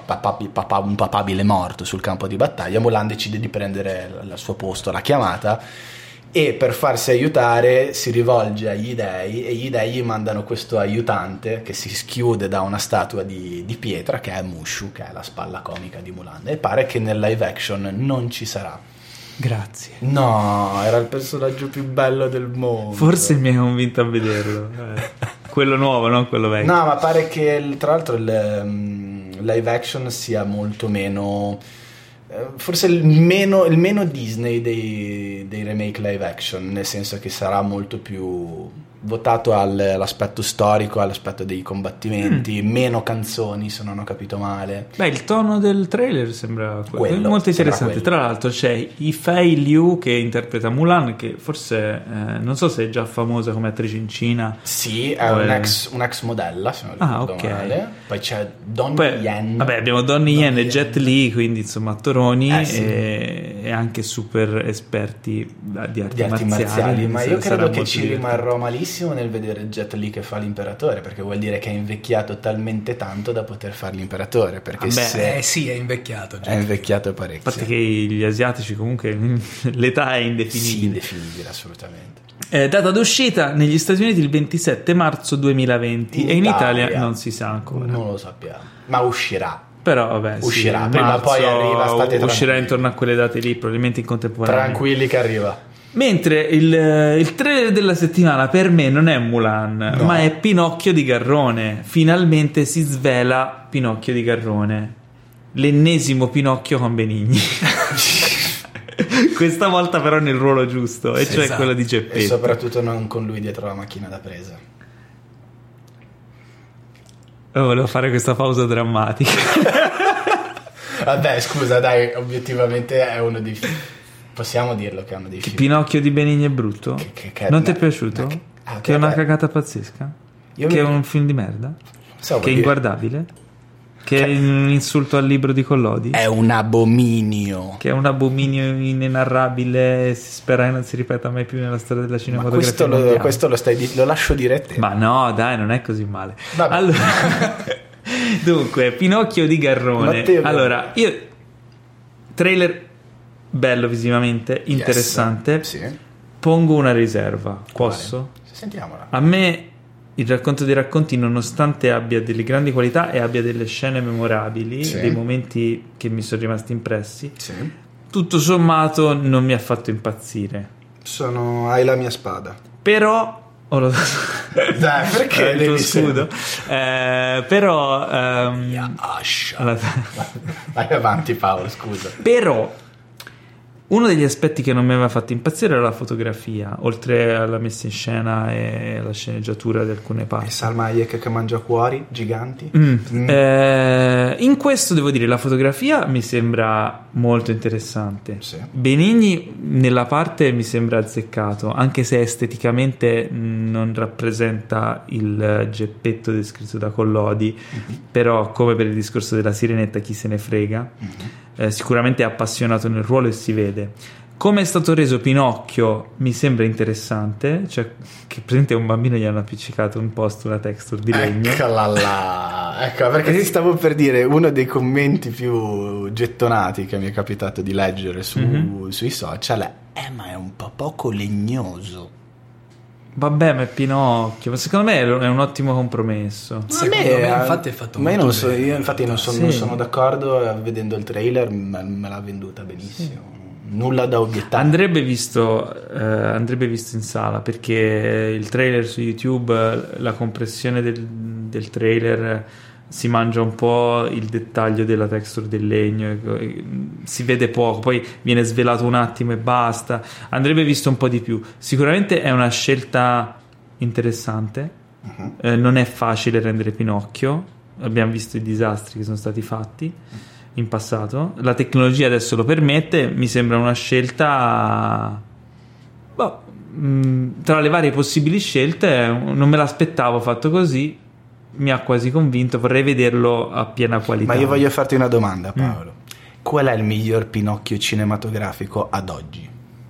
Speaker 2: un papabile morto sul campo di battaglia, Mulan decide di prendere al suo posto la chiamata e per farsi aiutare si rivolge agli dei e gli dei gli mandano questo aiutante che si schiude da una statua di pietra che è Mushu, che è la spalla comica di Mulan, e pare che nel live action non ci sarà.
Speaker 1: Grazie.
Speaker 2: No, era il personaggio più bello del mondo.
Speaker 1: Forse mi hai convinto a vederlo. Quello nuovo, non quello vecchio.
Speaker 2: No, ma pare che tra l'altro il live action sia molto meno, forse il meno Disney dei remake live action, nel senso che sarà molto più votato all'aspetto storico, all'aspetto dei combattimenti, meno canzoni, se non ho capito male.
Speaker 1: Beh, il tono del trailer sembra
Speaker 2: quello,
Speaker 1: molto interessante. Tra l'altro c'è Yifei Liu che interpreta Mulan, che forse non so se è già famosa come attrice in Cina.
Speaker 2: Sì, è un'ex modella, se non ricordo male. Poi c'è Donnie Yen.
Speaker 1: Vabbè, abbiamo Donnie Yen e Jet Li, quindi insomma attoroni e anche super esperti di arti marziali.
Speaker 2: Ma io credo che ci rimarrò malissimo nel vedere Jet Li che fa l'imperatore, perché vuol dire che è invecchiato talmente tanto da poter fare l'imperatore, perché
Speaker 3: sì, è invecchiato
Speaker 2: È invecchiato parecchio.
Speaker 1: A parte che gli asiatici comunque l'età è indefinibile.
Speaker 2: Sì, indefinibile, assolutamente.
Speaker 1: Data d'uscita negli Stati Uniti il 27 marzo 2020 e in Italia non si sa ancora.
Speaker 2: Non lo sappiamo, ma uscirà.
Speaker 1: Però vabbè,
Speaker 2: uscirà, prima o poi arriva, state
Speaker 1: uscirà intorno a quelle date lì, probabilmente in contemporanea.
Speaker 2: Tranquilli che arriva.
Speaker 1: Mentre il trailer della settimana per me non è Mulan, ma è Pinocchio di Garrone. Finalmente si svela Pinocchio di Garrone, l'ennesimo Pinocchio con Benigni. Questa volta però nel ruolo giusto, e cioè quello di Geppetto.
Speaker 2: E soprattutto non con lui dietro la macchina da presa.
Speaker 1: Volevo fare questa pausa drammatica.
Speaker 2: Vabbè, scusa, dai, obiettivamente è uno dei possiamo dirlo che è uno dei film.
Speaker 1: Pinocchio di Benigni è brutto? Non ti è piaciuto? Che è una cagata pazzesca? Che è un film di merda? Che è inguardabile? Che è un insulto al libro di Collodi?
Speaker 2: È un abominio.
Speaker 1: Che è un abominio inenarrabile, si spera che non si ripeta mai più nella storia della cinematografia.
Speaker 2: Questo lo lascio dire a te.
Speaker 1: Ma no, dai, non è così male. Vabbè. Allora, dunque, Pinocchio di Garrone.
Speaker 2: Matteo,
Speaker 1: allora, trailer bello visivamente, interessante.
Speaker 2: Yes, sì.
Speaker 1: Pongo una riserva. Posso?
Speaker 2: Sentiamola.
Speaker 1: A me il racconto dei racconti, nonostante abbia delle grandi qualità e abbia delle scene memorabili, dei momenti che mi sono rimasti impressi, tutto sommato non mi ha fatto impazzire.
Speaker 2: Hai la mia spada.
Speaker 1: Però
Speaker 2: dai, perché
Speaker 1: il tuo scudo? Però
Speaker 2: vai avanti, Paolo, scusa.
Speaker 1: Però uno degli aspetti che non mi aveva fatto impazzire era la fotografia, oltre alla messa in scena e alla sceneggiatura di alcune parti.
Speaker 2: E Salma Hayek che mangia cuori giganti.
Speaker 1: In questo devo dire la fotografia mi sembra molto interessante. Benigni nella parte mi sembra azzeccato, anche se esteticamente non rappresenta il Geppetto descritto da Collodi, però come per il discorso della Sirenetta chi se ne frega. Sicuramente è appassionato nel ruolo e si vede. Come è stato reso Pinocchio mi sembra interessante, cioè che presente un bambino gli hanno appiccicato un post, una texture di legno.
Speaker 2: Eccola là, ecco, perché ti stavo per dire uno dei commenti più gettonati che mi è capitato di leggere sui social ma è un po' poco legnoso.
Speaker 1: Vabbè, ma è Pinocchio, ma secondo me è un ottimo compromesso.
Speaker 3: Secondo me infatti è fatto molto bene.
Speaker 2: Io infatti non sono d'accordo, vedendo il trailer me l'ha venduta benissimo. Nulla da obiettare.
Speaker 1: Andrebbe visto in sala, perché il trailer su YouTube, la compressione del trailer si mangia un po' il dettaglio della texture del legno, si vede poco, poi viene svelato un attimo e basta. Andrebbe visto un po' di più. Sicuramente è una scelta interessante. Non è facile rendere Pinocchio, abbiamo visto i disastri che sono stati fatti in passato, la tecnologia adesso lo permette. Mi sembra una scelta tra le varie possibili scelte non me l'aspettavo fatto così, mi ha quasi convinto, vorrei vederlo a piena qualità.
Speaker 2: Ma io voglio farti una domanda, Paolo. Qual è il miglior Pinocchio cinematografico ad oggi?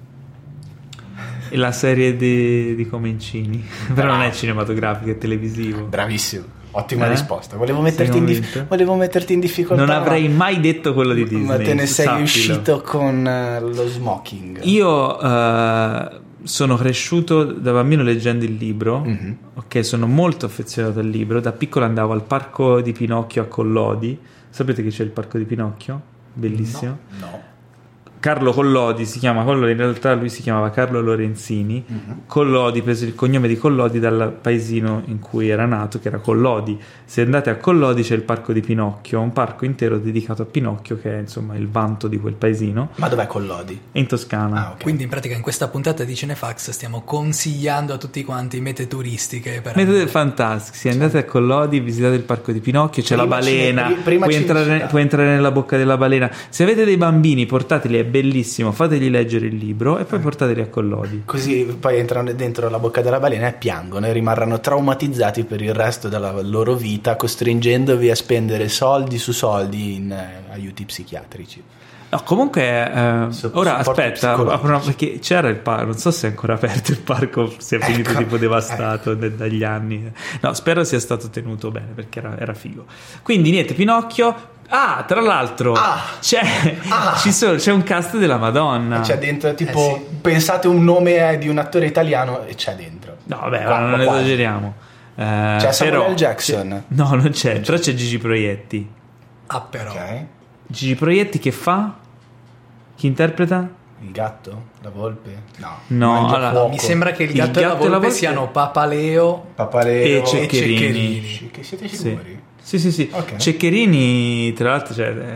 Speaker 1: La serie di Comencini. Però non è cinematografico, è televisivo.
Speaker 2: Bravissimo, ottima risposta. Volevo metterti in difficoltà.
Speaker 1: Non avrei mai detto quello di Disney.
Speaker 2: Ma te ne sei uscito con lo smoking.
Speaker 1: Io sono cresciuto da bambino leggendo il libro, ok, sono molto affezionato al libro. Da piccolo andavo al parco di Pinocchio a Collodi. Sapete che c'è il parco di Pinocchio? Bellissimo.
Speaker 2: No.
Speaker 1: Carlo Collodi si chiama Collodi, in realtà lui si chiamava Carlo Lorenzini. Collodi prese il cognome di Collodi dal paesino in cui era nato, che era Collodi. Se andate a Collodi c'è il parco di Pinocchio, un parco intero dedicato a Pinocchio, che è insomma il vanto di quel paesino.
Speaker 2: Ma dov'è Collodi?
Speaker 1: È in Toscana.
Speaker 3: Okay. Quindi in pratica in questa puntata di Cinefax stiamo consigliando a tutti quanti mete turistiche per
Speaker 1: mete fantastiche. Sì, andate a Collodi, visitate il parco di Pinocchio, c'è la balena, puoi entrare nella bocca della balena. Se avete dei bambini, portateli, è bellissimo, fategli leggere il libro e poi portateli a Collodi.
Speaker 2: Così poi entrano dentro la bocca della balena e piangono e rimarranno traumatizzati per il resto della loro vita, costringendovi a spendere soldi su soldi in aiuti psichiatrici.
Speaker 1: No, comunque ora aspetta, perché c'era il parco, non so se è ancora aperto il parco, si è finito tipo devastato dagli anni. No, spero sia stato tenuto bene, perché era figo. Quindi niente, Pinocchio. Tra l'altro c'è un cast della Madonna.
Speaker 2: C'è dentro tipo pensate un nome di un attore italiano e c'è dentro.
Speaker 1: No vabbè, non esageriamo.
Speaker 2: C'è Samuel Jackson.
Speaker 1: No, non c'è, però c'è Gigi Proietti.
Speaker 3: Però
Speaker 1: Gigi Proietti che fa? Chi interpreta?
Speaker 2: Il gatto? La volpe?
Speaker 1: No, allora,
Speaker 3: mi sembra che il gatto e la volpe siano Papaleo
Speaker 1: e Ceccherini.
Speaker 2: Che siete sicuri?
Speaker 1: Sì. Okay. Ceccherini, tra l'altro,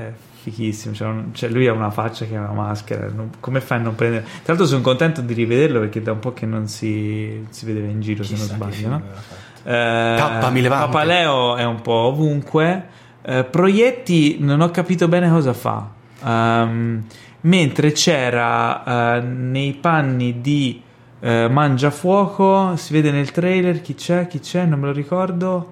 Speaker 1: fichissimo, cioè lui ha una faccia che è una maschera, come fai a non prendere? Tra l'altro sono contento di rivederlo perché da un po' che non si vedeva in giro, se non sbaglio, no? Papa Leo è un po' ovunque. Proietti non ho capito bene cosa fa, mentre c'era nei panni di Mangiafuoco, si vede nel trailer chi c'è, non me lo ricordo.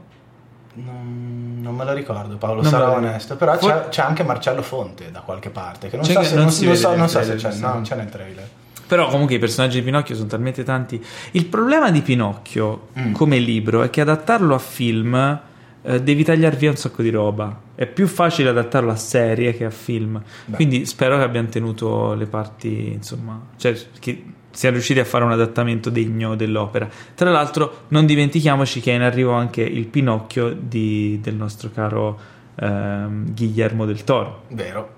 Speaker 2: Non me lo ricordo, Paolo, sarò onesto, però c'è anche Marcello Fonte da qualche parte che non so se c'è, no, non c'è nel trailer.
Speaker 1: Però comunque i personaggi di Pinocchio sono talmente tanti. Il problema di Pinocchio come libro è che adattarlo a film devi tagliare via un sacco di roba. È più facile adattarlo a serie che a film. Quindi spero che abbiano tenuto le parti, insomma, cioè che siamo riusciti a fare un adattamento degno dell'opera. Tra l'altro non dimentichiamoci che è in arrivo anche il Pinocchio del nostro caro Guillermo del Toro.
Speaker 2: Vero.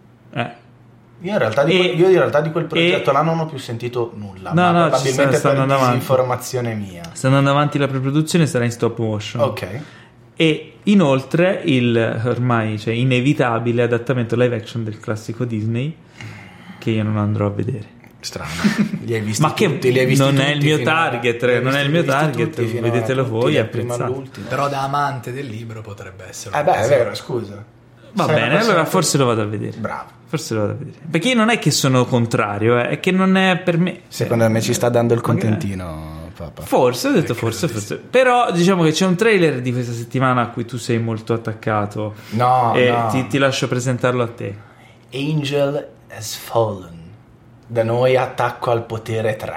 Speaker 2: Io in realtà di quel progetto là non ho più sentito nulla.
Speaker 1: No,
Speaker 2: probabilmente per disinformazione mia.
Speaker 1: Sta andando avanti la preproduzione, sarà in stop motion.
Speaker 2: Ok.
Speaker 1: E inoltre il ormai inevitabile adattamento live action del classico Disney, che io non andrò a vedere.
Speaker 2: Strano. Li hai visti
Speaker 1: ma che
Speaker 2: tutti, li hai visti
Speaker 1: non
Speaker 2: tutti
Speaker 1: è il mio target, non è il mio target, vedetelo voi, apprezzate.
Speaker 3: Però da amante del libro potrebbe essere.
Speaker 2: È vero, scusa.
Speaker 1: Va bene, allora forse lo vado a vedere.
Speaker 2: Bravo.
Speaker 1: Forse lo vado a vedere. Perché io non è che sono contrario, è che non è per me.
Speaker 2: Secondo me ci sta dando il contentino, papà.
Speaker 1: Forse, ho detto forse. Però diciamo che c'è un trailer di questa settimana a cui tu sei molto attaccato.
Speaker 2: No.
Speaker 1: Ti lascio presentarlo a te.
Speaker 2: Angel has fallen. Da noi Attacco al potere 3.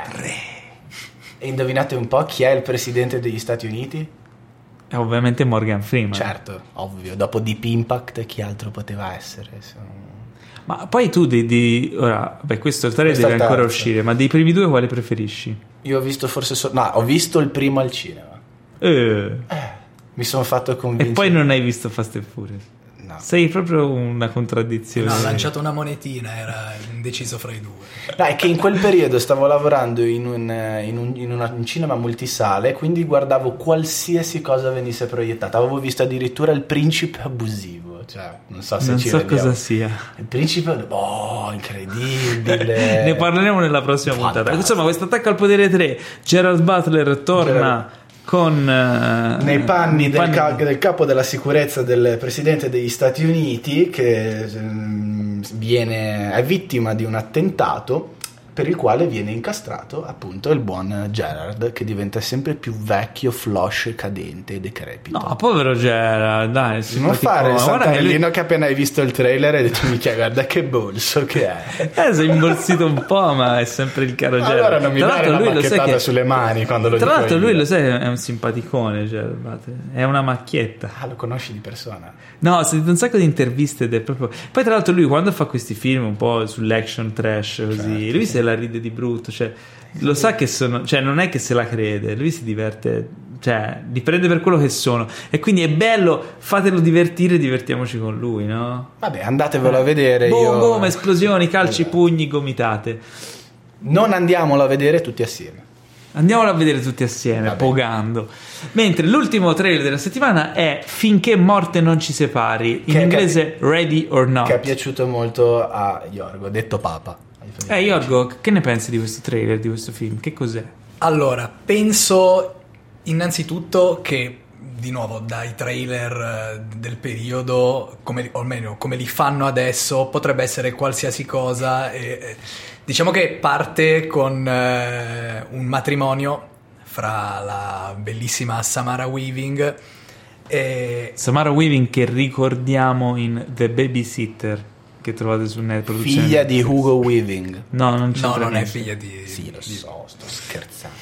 Speaker 2: E indovinate un po' chi è il presidente degli Stati Uniti?
Speaker 1: È ovviamente Morgan Freeman.
Speaker 2: Certo, ovvio. Dopo Deep Impact chi altro poteva essere?
Speaker 1: Ma poi tu ora, questo trailer deve ancora uscire, ma dei primi due quale preferisci?
Speaker 2: Io ho visto ho visto il primo al cinema. Mi sono fatto convincere.
Speaker 1: E poi non hai visto Fast and Furious? No. Sei proprio una contraddizione.
Speaker 3: No, ha lanciato una monetina, era indeciso fra i due.
Speaker 2: Dai, che in quel periodo stavo lavorando in un cinema multisale, quindi guardavo qualsiasi cosa venisse proiettata. Avevo visto addirittura Il Principe abusivo, cioè non so se ci vediamo.
Speaker 1: Cosa sia.
Speaker 2: Il Principe, incredibile.
Speaker 1: Ne parleremo nella prossima puntata. Insomma, questo Attacco al potere 3, Gerald Butler torna con
Speaker 2: nei panni del capo della sicurezza del presidente degli Stati Uniti, che è vittima di un attentato per il quale viene incastrato appunto il buon Gerard, che diventa sempre più vecchio, flush, cadente e decrepito.
Speaker 1: No, povero Gerard, dai,
Speaker 2: non fare il sant'Agnino che appena hai visto il trailer hai detto mica guarda che bolso che è.
Speaker 1: Si è imbolsito un po', ma è sempre il caro Gerard.
Speaker 2: Allora non mi dare una macchettata sulle mani quando lo dico.
Speaker 1: Tra l'altro lui lo sai, è un simpaticone, Gerard, è una macchietta.
Speaker 2: Lo conosci di persona?
Speaker 1: No, ho sentito un sacco di interviste ed è proprio. Poi tra l'altro lui quando fa questi film un po' sull'action trash così, lui se la ride di brutto, cioè lo sa che non è che se la crede, lui si diverte, cioè li prende per quello che sono, e quindi è bello, fatelo divertire, divertiamoci con lui, no?
Speaker 2: Vabbè, andatevelo a vedere.
Speaker 1: Boom, esplosioni, calci, pugni, gomitate.
Speaker 2: Non andiamolo a vedere tutti assieme.
Speaker 1: Andiamolo a vedere tutti assieme, pogando. Mentre l'ultimo trailer della settimana è Finché morte non ci separi, in inglese Ready or Not,
Speaker 2: che è piaciuto molto a Yorgo, detto Papa.
Speaker 1: Yorgo, che ne pensi di questo trailer, di questo film? Che cos'è?
Speaker 3: Allora, penso innanzitutto che, di nuovo, dai trailer del periodo, o almeno come li fanno adesso, potrebbe essere qualsiasi cosa. Diciamo che parte con un matrimonio fra la bellissima Samara Weaving e
Speaker 1: Samara Weaving, che ricordiamo in The Babysitter, che trovate su Netflix,
Speaker 2: figlia di Hugo Weaving.
Speaker 1: No, non
Speaker 3: è figlia di.
Speaker 2: Sì, lo so, sto scherzando.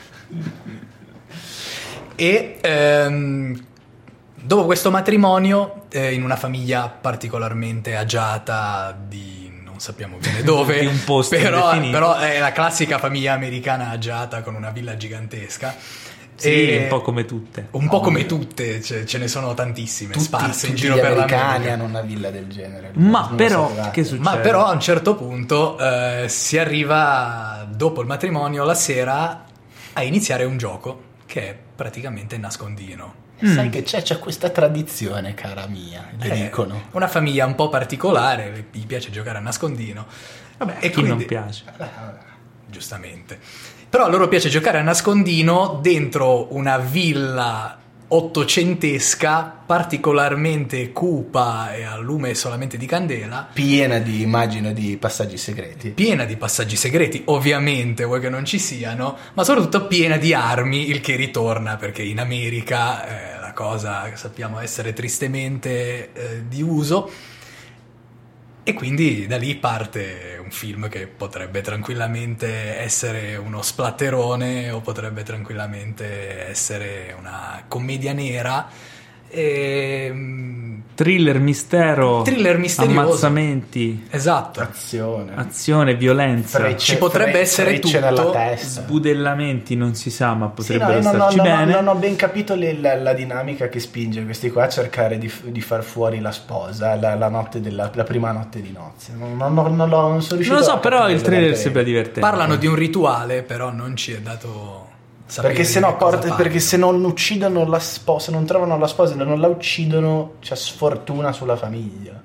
Speaker 3: E dopo questo matrimonio, in una famiglia particolarmente agiata di non sappiamo bene dove,
Speaker 1: di un posto
Speaker 3: però è la classica famiglia americana agiata con una villa gigantesca.
Speaker 1: Sì, un po' come tutte.
Speaker 3: Un po' come tutte, ce ne sono tantissime sparse in giro
Speaker 2: per
Speaker 3: l'America.
Speaker 2: Tutti gli americani hanno una villa del genere.
Speaker 1: Ma però, che succede?
Speaker 3: Ma però a un certo punto si arriva, dopo il matrimonio, la sera, a iniziare un gioco che è praticamente nascondino.
Speaker 2: Sai che c'è questa tradizione, cara mia, le dicono.
Speaker 3: Una famiglia un po' particolare, gli piace giocare a nascondino.
Speaker 1: Vabbè, e chi quindi non piace?
Speaker 3: Giustamente. Però a loro piace giocare a nascondino dentro una villa ottocentesca, particolarmente cupa e a lume solamente di candela,
Speaker 2: piena di, immagino, di passaggi segreti.
Speaker 3: Piena di passaggi segreti, ovviamente, vuoi che non ci siano, ma soprattutto piena di armi, il che ritorna perché in America la cosa sappiamo essere tristemente di uso. E quindi da lì parte un film che potrebbe tranquillamente essere uno splatterone o potrebbe tranquillamente essere una commedia nera.
Speaker 1: Thriller, mistero,
Speaker 3: thriller misterioso,
Speaker 1: ammazzamenti,
Speaker 3: esatto,
Speaker 1: azione, violenza,
Speaker 3: ci potrebbe essere tutto,
Speaker 1: sbudellamenti, non si sa, ma potrebbero starci bene.
Speaker 2: Non ho ben capito la dinamica che spinge questi qua a cercare di far fuori la sposa la notte la prima notte di nozze. Non sono riuscito.
Speaker 1: Non lo so, però il trailer sembra divertente.
Speaker 3: Parlano di un rituale, però non ci è dato.
Speaker 2: Perché se no perché se non uccidono la sposa, se non trovano la sposa e non la uccidono, c'è sfortuna sulla famiglia.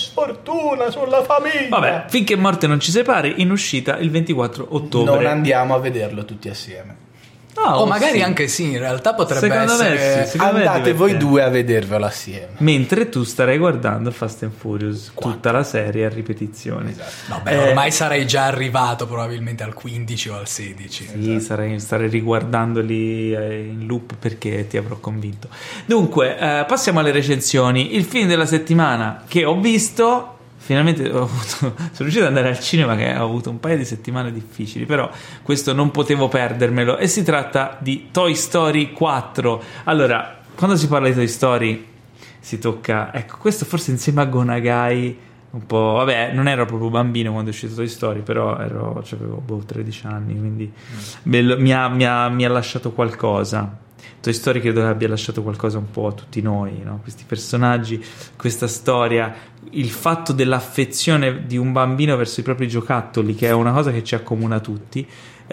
Speaker 1: Vabbè, finché morte non ci separi, in uscita il 24 ottobre.
Speaker 2: Non andiamo a vederlo tutti assieme.
Speaker 3: O magari anche sì, in realtà potrebbe essere.
Speaker 2: Andate voi due a vedervelo assieme.
Speaker 1: Mentre tu starai guardando Fast and Furious, tutta la serie a ripetizione.
Speaker 3: Esatto. Ormai sarei già arrivato probabilmente al 15 o al 16.
Speaker 1: Sì, esatto. Starei riguardandoli in loop perché ti avrò convinto. Dunque, passiamo alle recensioni. Il film della settimana che ho visto. Finalmente sono riuscito ad andare al cinema, che ho avuto un paio di settimane difficili, però questo non potevo perdermelo, e si tratta di Toy Story 4. Allora, quando si parla di Toy Story si tocca, ecco, questo forse insieme a Go Nagai un po', vabbè, non ero proprio bambino quando è uscito Toy Story, però avevo 13 anni, quindi mi ha lasciato qualcosa. Toy Story credo che abbia lasciato qualcosa un po' a tutti noi, no? Questi personaggi, questa storia, il fatto dell'affezione di un bambino verso i propri giocattoli, che è una cosa che ci accomuna tutti.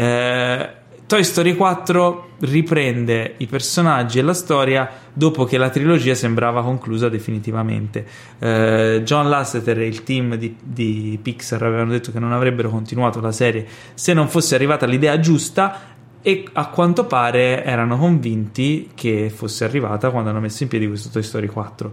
Speaker 1: Toy Story 4 riprende i personaggi e la storia dopo che la trilogia sembrava conclusa definitivamente. John Lasseter e il team di Pixar avevano detto che non avrebbero continuato la serie se non fosse arrivata l'idea giusta, e a quanto pare erano convinti che fosse arrivata quando hanno messo in piedi questo Toy Story 4.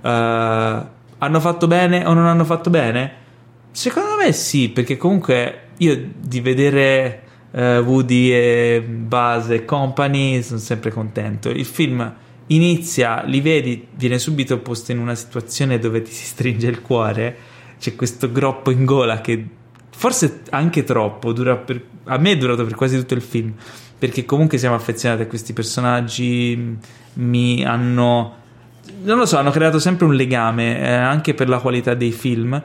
Speaker 1: Hanno fatto bene o non hanno fatto bene? Secondo me sì, perché comunque io di vedere Woody e Buzz e company sono sempre contento. Il film inizia, li vedi, viene subito posto in una situazione dove ti si stringe il cuore, c'è questo groppo in gola che forse anche troppo a me è durato per quasi tutto il film, perché comunque siamo affezionati a questi personaggi, hanno creato sempre un legame, anche per la qualità dei film.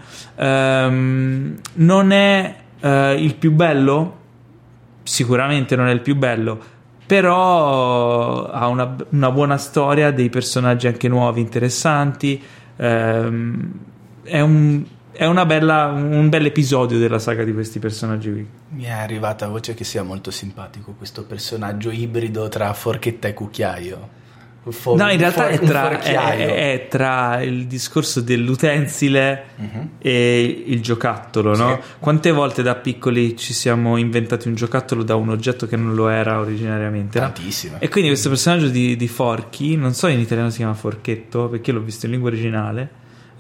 Speaker 1: Non è il più bello, sicuramente non è il più bello, però ha una buona storia, dei personaggi anche nuovi, interessanti. È un bel episodio della saga di questi personaggi qui.
Speaker 2: Mi è arrivata voce che sia molto simpatico questo personaggio ibrido tra forchetta e cucchiaio.
Speaker 1: No, in realtà è tra il discorso dell'utensile e il giocattolo, no? Sì. Quante volte da piccoli ci siamo inventati un giocattolo da un oggetto che non lo era originariamente?
Speaker 2: Tantissime.
Speaker 1: No? E quindi questo personaggio di Forky, non so in italiano si chiama Forchetto perché l'ho visto in lingua originale,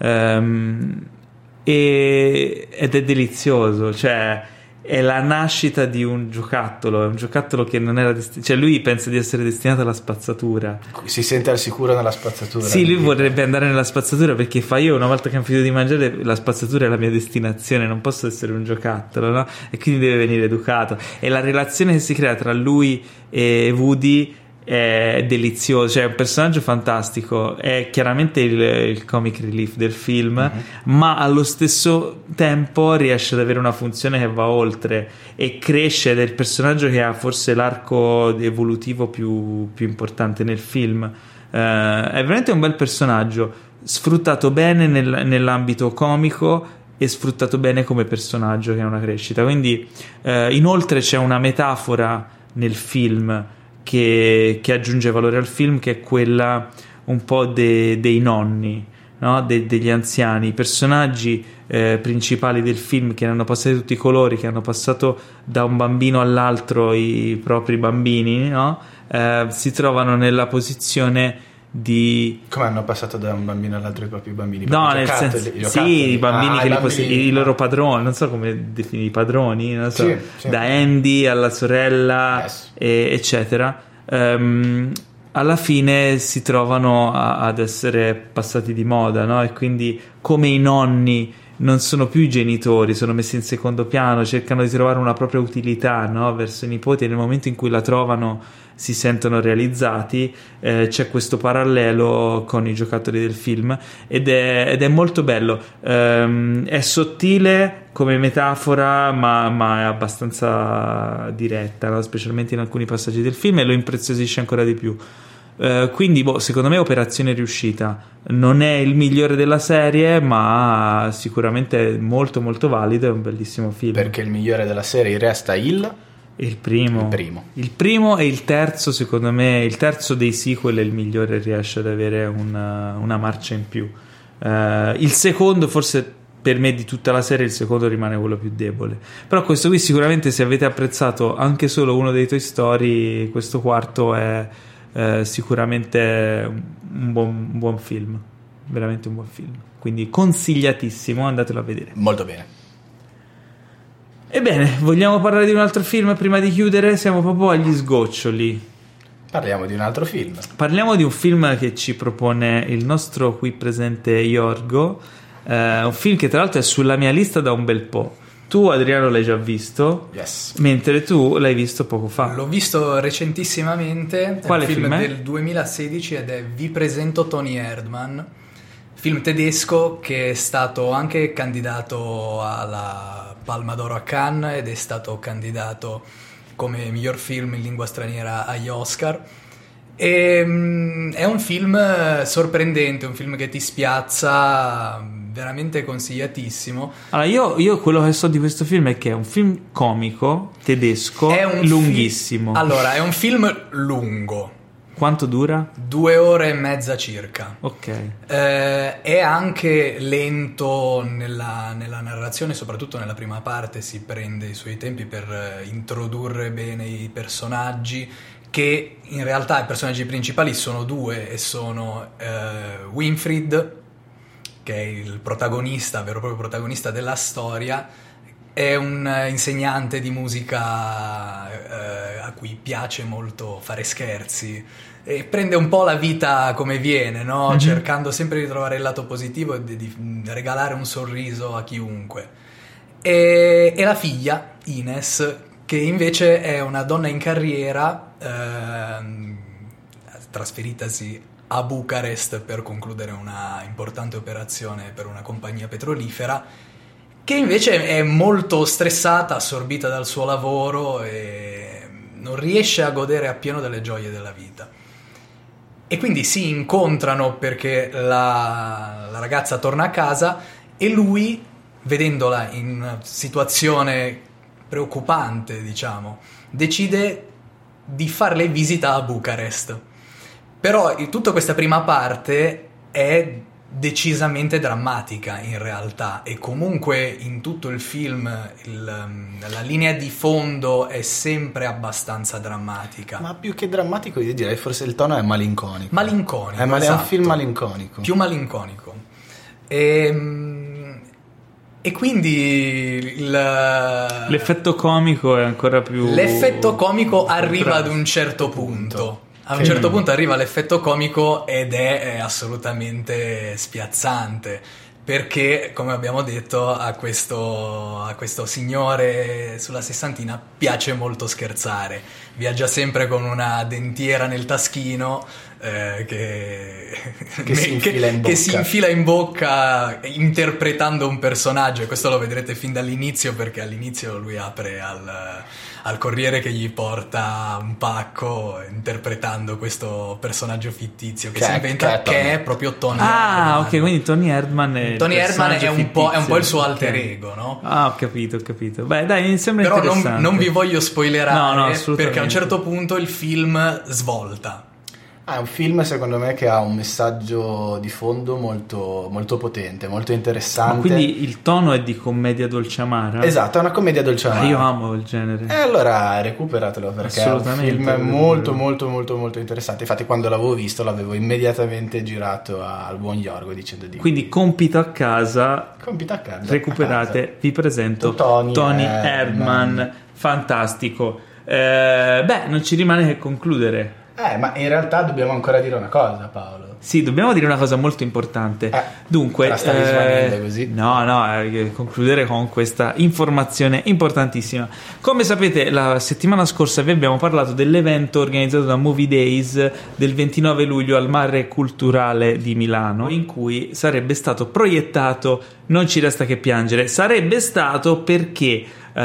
Speaker 1: ed è delizioso, cioè è la nascita di un giocattolo, è un giocattolo che non era cioè lui pensa di essere destinato alla spazzatura,
Speaker 2: si sente al sicuro nella spazzatura.
Speaker 1: Sì, lui vorrebbe andare nella spazzatura perché io una volta che ho finito di mangiare, la spazzatura è la mia destinazione, non posso essere un giocattolo, no? E quindi deve venire educato, e la relazione che si crea tra lui e Woody è delizioso, cioè è un personaggio fantastico, è chiaramente il comic relief del film, ma allo stesso tempo riesce ad avere una funzione che va oltre e cresce, ed è il personaggio che ha forse l'arco evolutivo più importante nel film. È veramente un bel personaggio, sfruttato bene nell'ambito comico e sfruttato bene come personaggio, che è una crescita. Quindi inoltre c'è una metafora nel film che aggiunge valore al film, che è quella un po' dei nonni, no? Degli anziani, i personaggi principali del film, che hanno passato tutti i colori, che hanno passato da un bambino all'altro i propri bambini, no? Si trovano nella posizione di...
Speaker 2: Come hanno passato da un bambino all'altro i propri bambini?
Speaker 1: No, nel senso, sì, i bambini i loro padroni, non so come definire, i padroni, non so, sì. Da Andy alla sorella, yes. Eccetera. Alla fine si trovano ad essere passati di moda, no? E quindi, come i nonni non sono più i genitori, sono messi in secondo piano, cercano di trovare una propria utilità, no? Verso i nipoti, e nel momento in cui la trovano si sentono realizzati. C'è questo parallelo con i giocattoli del film ed è molto bello. È sottile come metafora, ma è abbastanza diretta, no? Specialmente in alcuni passaggi del film, e lo impreziosisce ancora di più. Quindi secondo me operazione riuscita. Non è il migliore della serie, ma sicuramente è molto molto valido, è un bellissimo film.
Speaker 2: Perché il migliore della serie resta il
Speaker 1: primo e il terzo. Secondo me il terzo dei sequel è il migliore, riesce ad avere una marcia in più. Il secondo, forse per me di tutta la serie, il secondo rimane quello più debole, però questo qui sicuramente, se avete apprezzato anche solo uno dei Toy Story, questo quarto è sicuramente un buon film, veramente un buon film, quindi consigliatissimo, andatelo a vedere.
Speaker 2: Molto bene.
Speaker 1: Ebbene, vogliamo parlare di un altro film prima di chiudere? Siamo proprio agli sgoccioli.
Speaker 2: Parliamo di un altro film.
Speaker 1: Parliamo di un film che ci propone il nostro qui presente Yorgo, un film che tra l'altro è sulla mia lista da un bel po'. Tu, Adriano, l'hai già visto?
Speaker 2: Yes.
Speaker 1: Mentre tu l'hai visto poco fa.
Speaker 3: L'ho visto recentissimamente.
Speaker 1: Quale
Speaker 3: film?
Speaker 1: È un film
Speaker 3: del 2016 ed è Vi presento Tony Erdmann, film tedesco che è stato anche candidato alla Palma d'Oro a Cannes ed è stato candidato come miglior film in lingua straniera agli Oscar. È un film sorprendente, un film che ti spiazza, veramente consigliatissimo.
Speaker 1: Allora, io quello che so di questo film è che è un film comico tedesco, lunghissimo.
Speaker 3: Allora, è un film lungo.
Speaker 1: Quanto dura?
Speaker 3: 2 ore e mezza circa.
Speaker 1: Ok.
Speaker 3: È anche lento nella narrazione, soprattutto nella prima parte si prende i suoi tempi per introdurre bene i personaggi, che in realtà i personaggi principali sono 2 e sono Winfried, che è il protagonista, vero e proprio protagonista della storia, è un insegnante di musica a cui piace molto fare scherzi e prende un po' la vita come viene, no? Mm-hmm. Cercando sempre di trovare il lato positivo e di regalare un sorriso a chiunque. E la figlia, Ines, che invece è una donna in carriera, trasferitasi a Bucarest per concludere una importante operazione per una compagnia petrolifera, che invece è molto stressata, assorbita dal suo lavoro e non riesce a godere appieno delle gioie della vita. E quindi si incontrano perché la ragazza torna a casa e lui, vedendola in una situazione preoccupante, diciamo, decide di farle visita a Bucarest. Però tutta questa prima parte è decisamente drammatica in realtà, e comunque in tutto il film la linea di fondo è sempre abbastanza drammatica.
Speaker 2: Ma più che drammatico, io direi forse il tono è malinconico.
Speaker 3: Malinconico,
Speaker 2: esatto.
Speaker 3: Esatto.
Speaker 2: È un film malinconico.
Speaker 3: Più malinconico. E quindi
Speaker 1: l'effetto comico è ancora più...
Speaker 3: L'effetto comico arriva ad un certo punto. A un certo punto arriva l'effetto comico ed è assolutamente spiazzante, perché, come abbiamo detto, a questo signore sulla sessantina piace molto scherzare. Viaggia sempre con una dentiera nel taschino che
Speaker 2: si infila
Speaker 3: in bocca interpretando un personaggio, e questo lo vedrete fin dall'inizio, perché all'inizio lui apre al corriere che gli porta un pacco interpretando questo personaggio fittizio che si inventa, che è proprio Tony Erdmann.
Speaker 1: Ok, quindi Tony Erdmann
Speaker 3: è un po' il suo alter ego, no?
Speaker 1: Ho capito. Beh, dai, mi sembra interessante.
Speaker 3: Però non vi voglio spoilerare,
Speaker 1: perché
Speaker 3: a un certo punto il film svolta.
Speaker 2: È un film secondo me che ha un messaggio di fondo molto, molto potente, molto interessante.
Speaker 1: Ma quindi il tono è di commedia dolce amara?
Speaker 2: Esatto, è una commedia dolce amara.
Speaker 1: Io amo il genere.
Speaker 2: E allora recuperatelo, perché è un film molto molto molto molto interessante. Infatti quando l'avevo visto l'avevo immediatamente girato al buon Yorgo dicendo di...
Speaker 1: Quindi compito a casa, recuperate, vi presento Tony Erdmann. Fantastico. Non ci rimane che concludere.
Speaker 2: Ma in realtà dobbiamo ancora dire una cosa, Paolo.
Speaker 1: Sì, dobbiamo dire una cosa molto importante. Dunque,
Speaker 2: la stavi svanendo così?
Speaker 1: Concludere con questa informazione importantissima. Come sapete, la settimana scorsa vi abbiamo parlato dell'evento organizzato da Movie Days del 29 luglio al Mare Culturale di Milano, in cui sarebbe stato proiettato Non ci resta che piangere. Sarebbe stato perché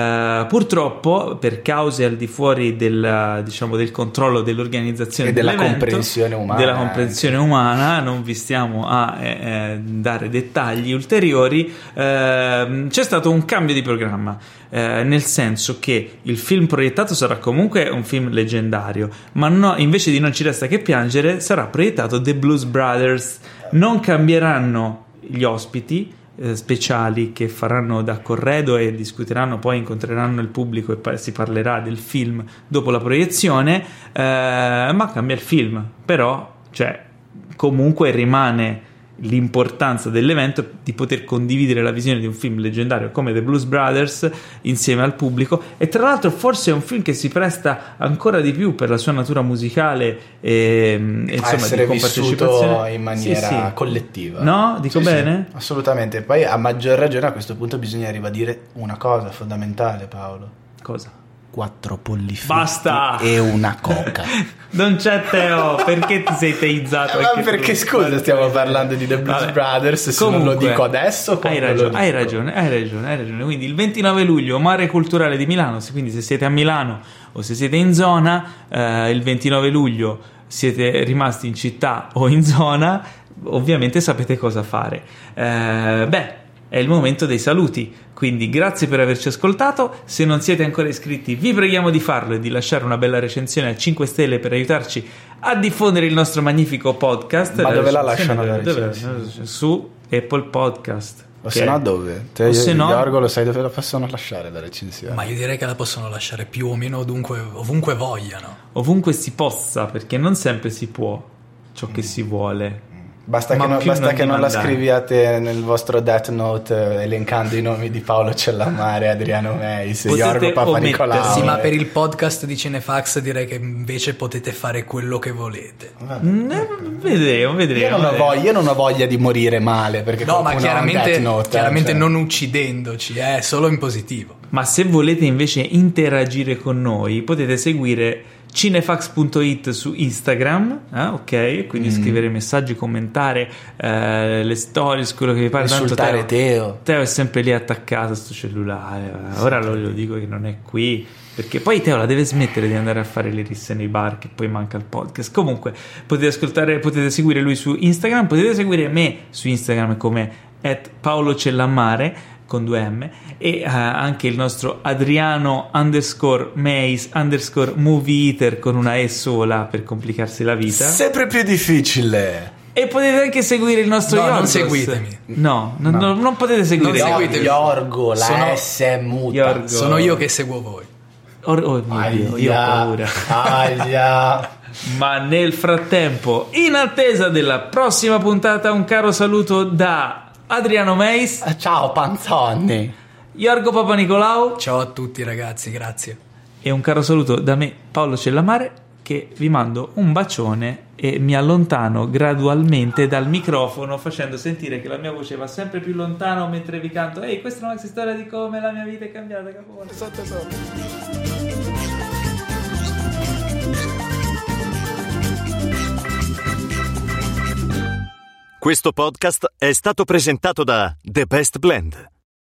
Speaker 1: purtroppo, per cause al di fuori del controllo dell'organizzazione
Speaker 2: e della comprensione umana,
Speaker 1: non vi stiamo a dare dettagli ulteriori, c'è stato un cambio di programma, nel senso che il film proiettato sarà comunque un film leggendario, ma invece di Non ci resta che piangere sarà proiettato The Blues Brothers. Non cambieranno gli ospiti speciali che faranno da corredo e discuteranno, poi incontreranno il pubblico e si parlerà del film dopo la proiezione, ma cambia il film, però comunque rimane l'importanza dell'evento di poter condividere la visione di un film leggendario come The Blues Brothers insieme al pubblico. E tra l'altro forse è un film che si presta ancora di più per la sua natura musicale e insomma
Speaker 2: essere vissuto in maniera collettiva.
Speaker 1: No? Dico bene?
Speaker 2: Sì, assolutamente. Poi a maggior ragione a questo punto bisogna ribadire una cosa fondamentale, Paolo.
Speaker 1: Cosa?
Speaker 2: 4 polli fritti
Speaker 1: basta
Speaker 2: e una coca.
Speaker 1: Non c'è Teo, perché ti sei teizzato?
Speaker 2: Perché scusa, stiamo parlando di The Blues Brothers, se comunque, non lo dico adesso
Speaker 1: hai ragione. Quindi il 29 luglio Mare Culturale di Milano, quindi se siete a Milano o se siete in zona, il 29 luglio siete rimasti in città o in zona, ovviamente sapete cosa fare. È il momento dei saluti, quindi grazie per averci ascoltato. Se non siete ancora iscritti vi preghiamo di farlo e di lasciare una bella recensione a 5 stelle per aiutarci a diffondere il nostro magnifico podcast.
Speaker 2: Ma dove la lasciano la recensione?
Speaker 1: Su Apple Podcast.
Speaker 2: O se no dove? Yorgo, lo sai dove la possono lasciare la recensione?
Speaker 3: Ma io direi che la possono lasciare più o meno ovunque vogliano.
Speaker 1: Ovunque si possa, perché non sempre si può ciò che si vuole.
Speaker 2: Basta che non la scriviate nel vostro Death Note elencando i nomi di Paolo Cellamare, Adriano Meis, Yorgo Papanicolau.
Speaker 3: Sì, ma per il podcast di Cinefax direi che invece potete fare quello che volete.
Speaker 1: Vedremo.
Speaker 2: Io non ho voglia di morire male, perché
Speaker 3: no, ma chiaramente
Speaker 2: Note,
Speaker 3: non uccidendoci, solo in positivo.
Speaker 1: Ma se volete invece interagire con noi potete seguire cinefax.it su Instagram, ok? Quindi scrivere messaggi, commentare le stories, quello che vi pare.
Speaker 2: Insultare Teo
Speaker 1: è sempre lì attaccato a sto cellulare. Ora lo dico che non è qui, perché poi Teo la deve smettere di andare a fare le risse nei bar, che poi manca il podcast. Comunque potete seguire lui su Instagram, potete seguire me su Instagram come @paolocellammare con 2 M, e anche il nostro Adriano _Meis _movie eater con una E sola per complicarsi la vita.
Speaker 2: Sempre più difficile.
Speaker 1: E potete anche seguire il nostro Yorgos.
Speaker 3: Non seguitemi.
Speaker 1: Non potete seguire.
Speaker 2: Yorgo, la S è muta.
Speaker 3: Sono io che seguo voi.
Speaker 1: Oh mio Dio, io ho paura. Ma nel frattempo, in attesa della prossima puntata, un caro saluto da Adriano Meis.
Speaker 2: Ciao Panzoni.
Speaker 1: Yorgo Papanicolau.
Speaker 3: Ciao a tutti ragazzi, grazie.
Speaker 1: E un caro saluto da me, Paolo Cellamare, che vi mando un bacione e mi allontano gradualmente dal microfono, facendo sentire che la mia voce va sempre più lontano mentre vi canto. Ehi, questa è una maxi storia di come la mia vita è cambiata, capo. Sotto.
Speaker 10: Questo podcast è stato presentato da The Best Blend,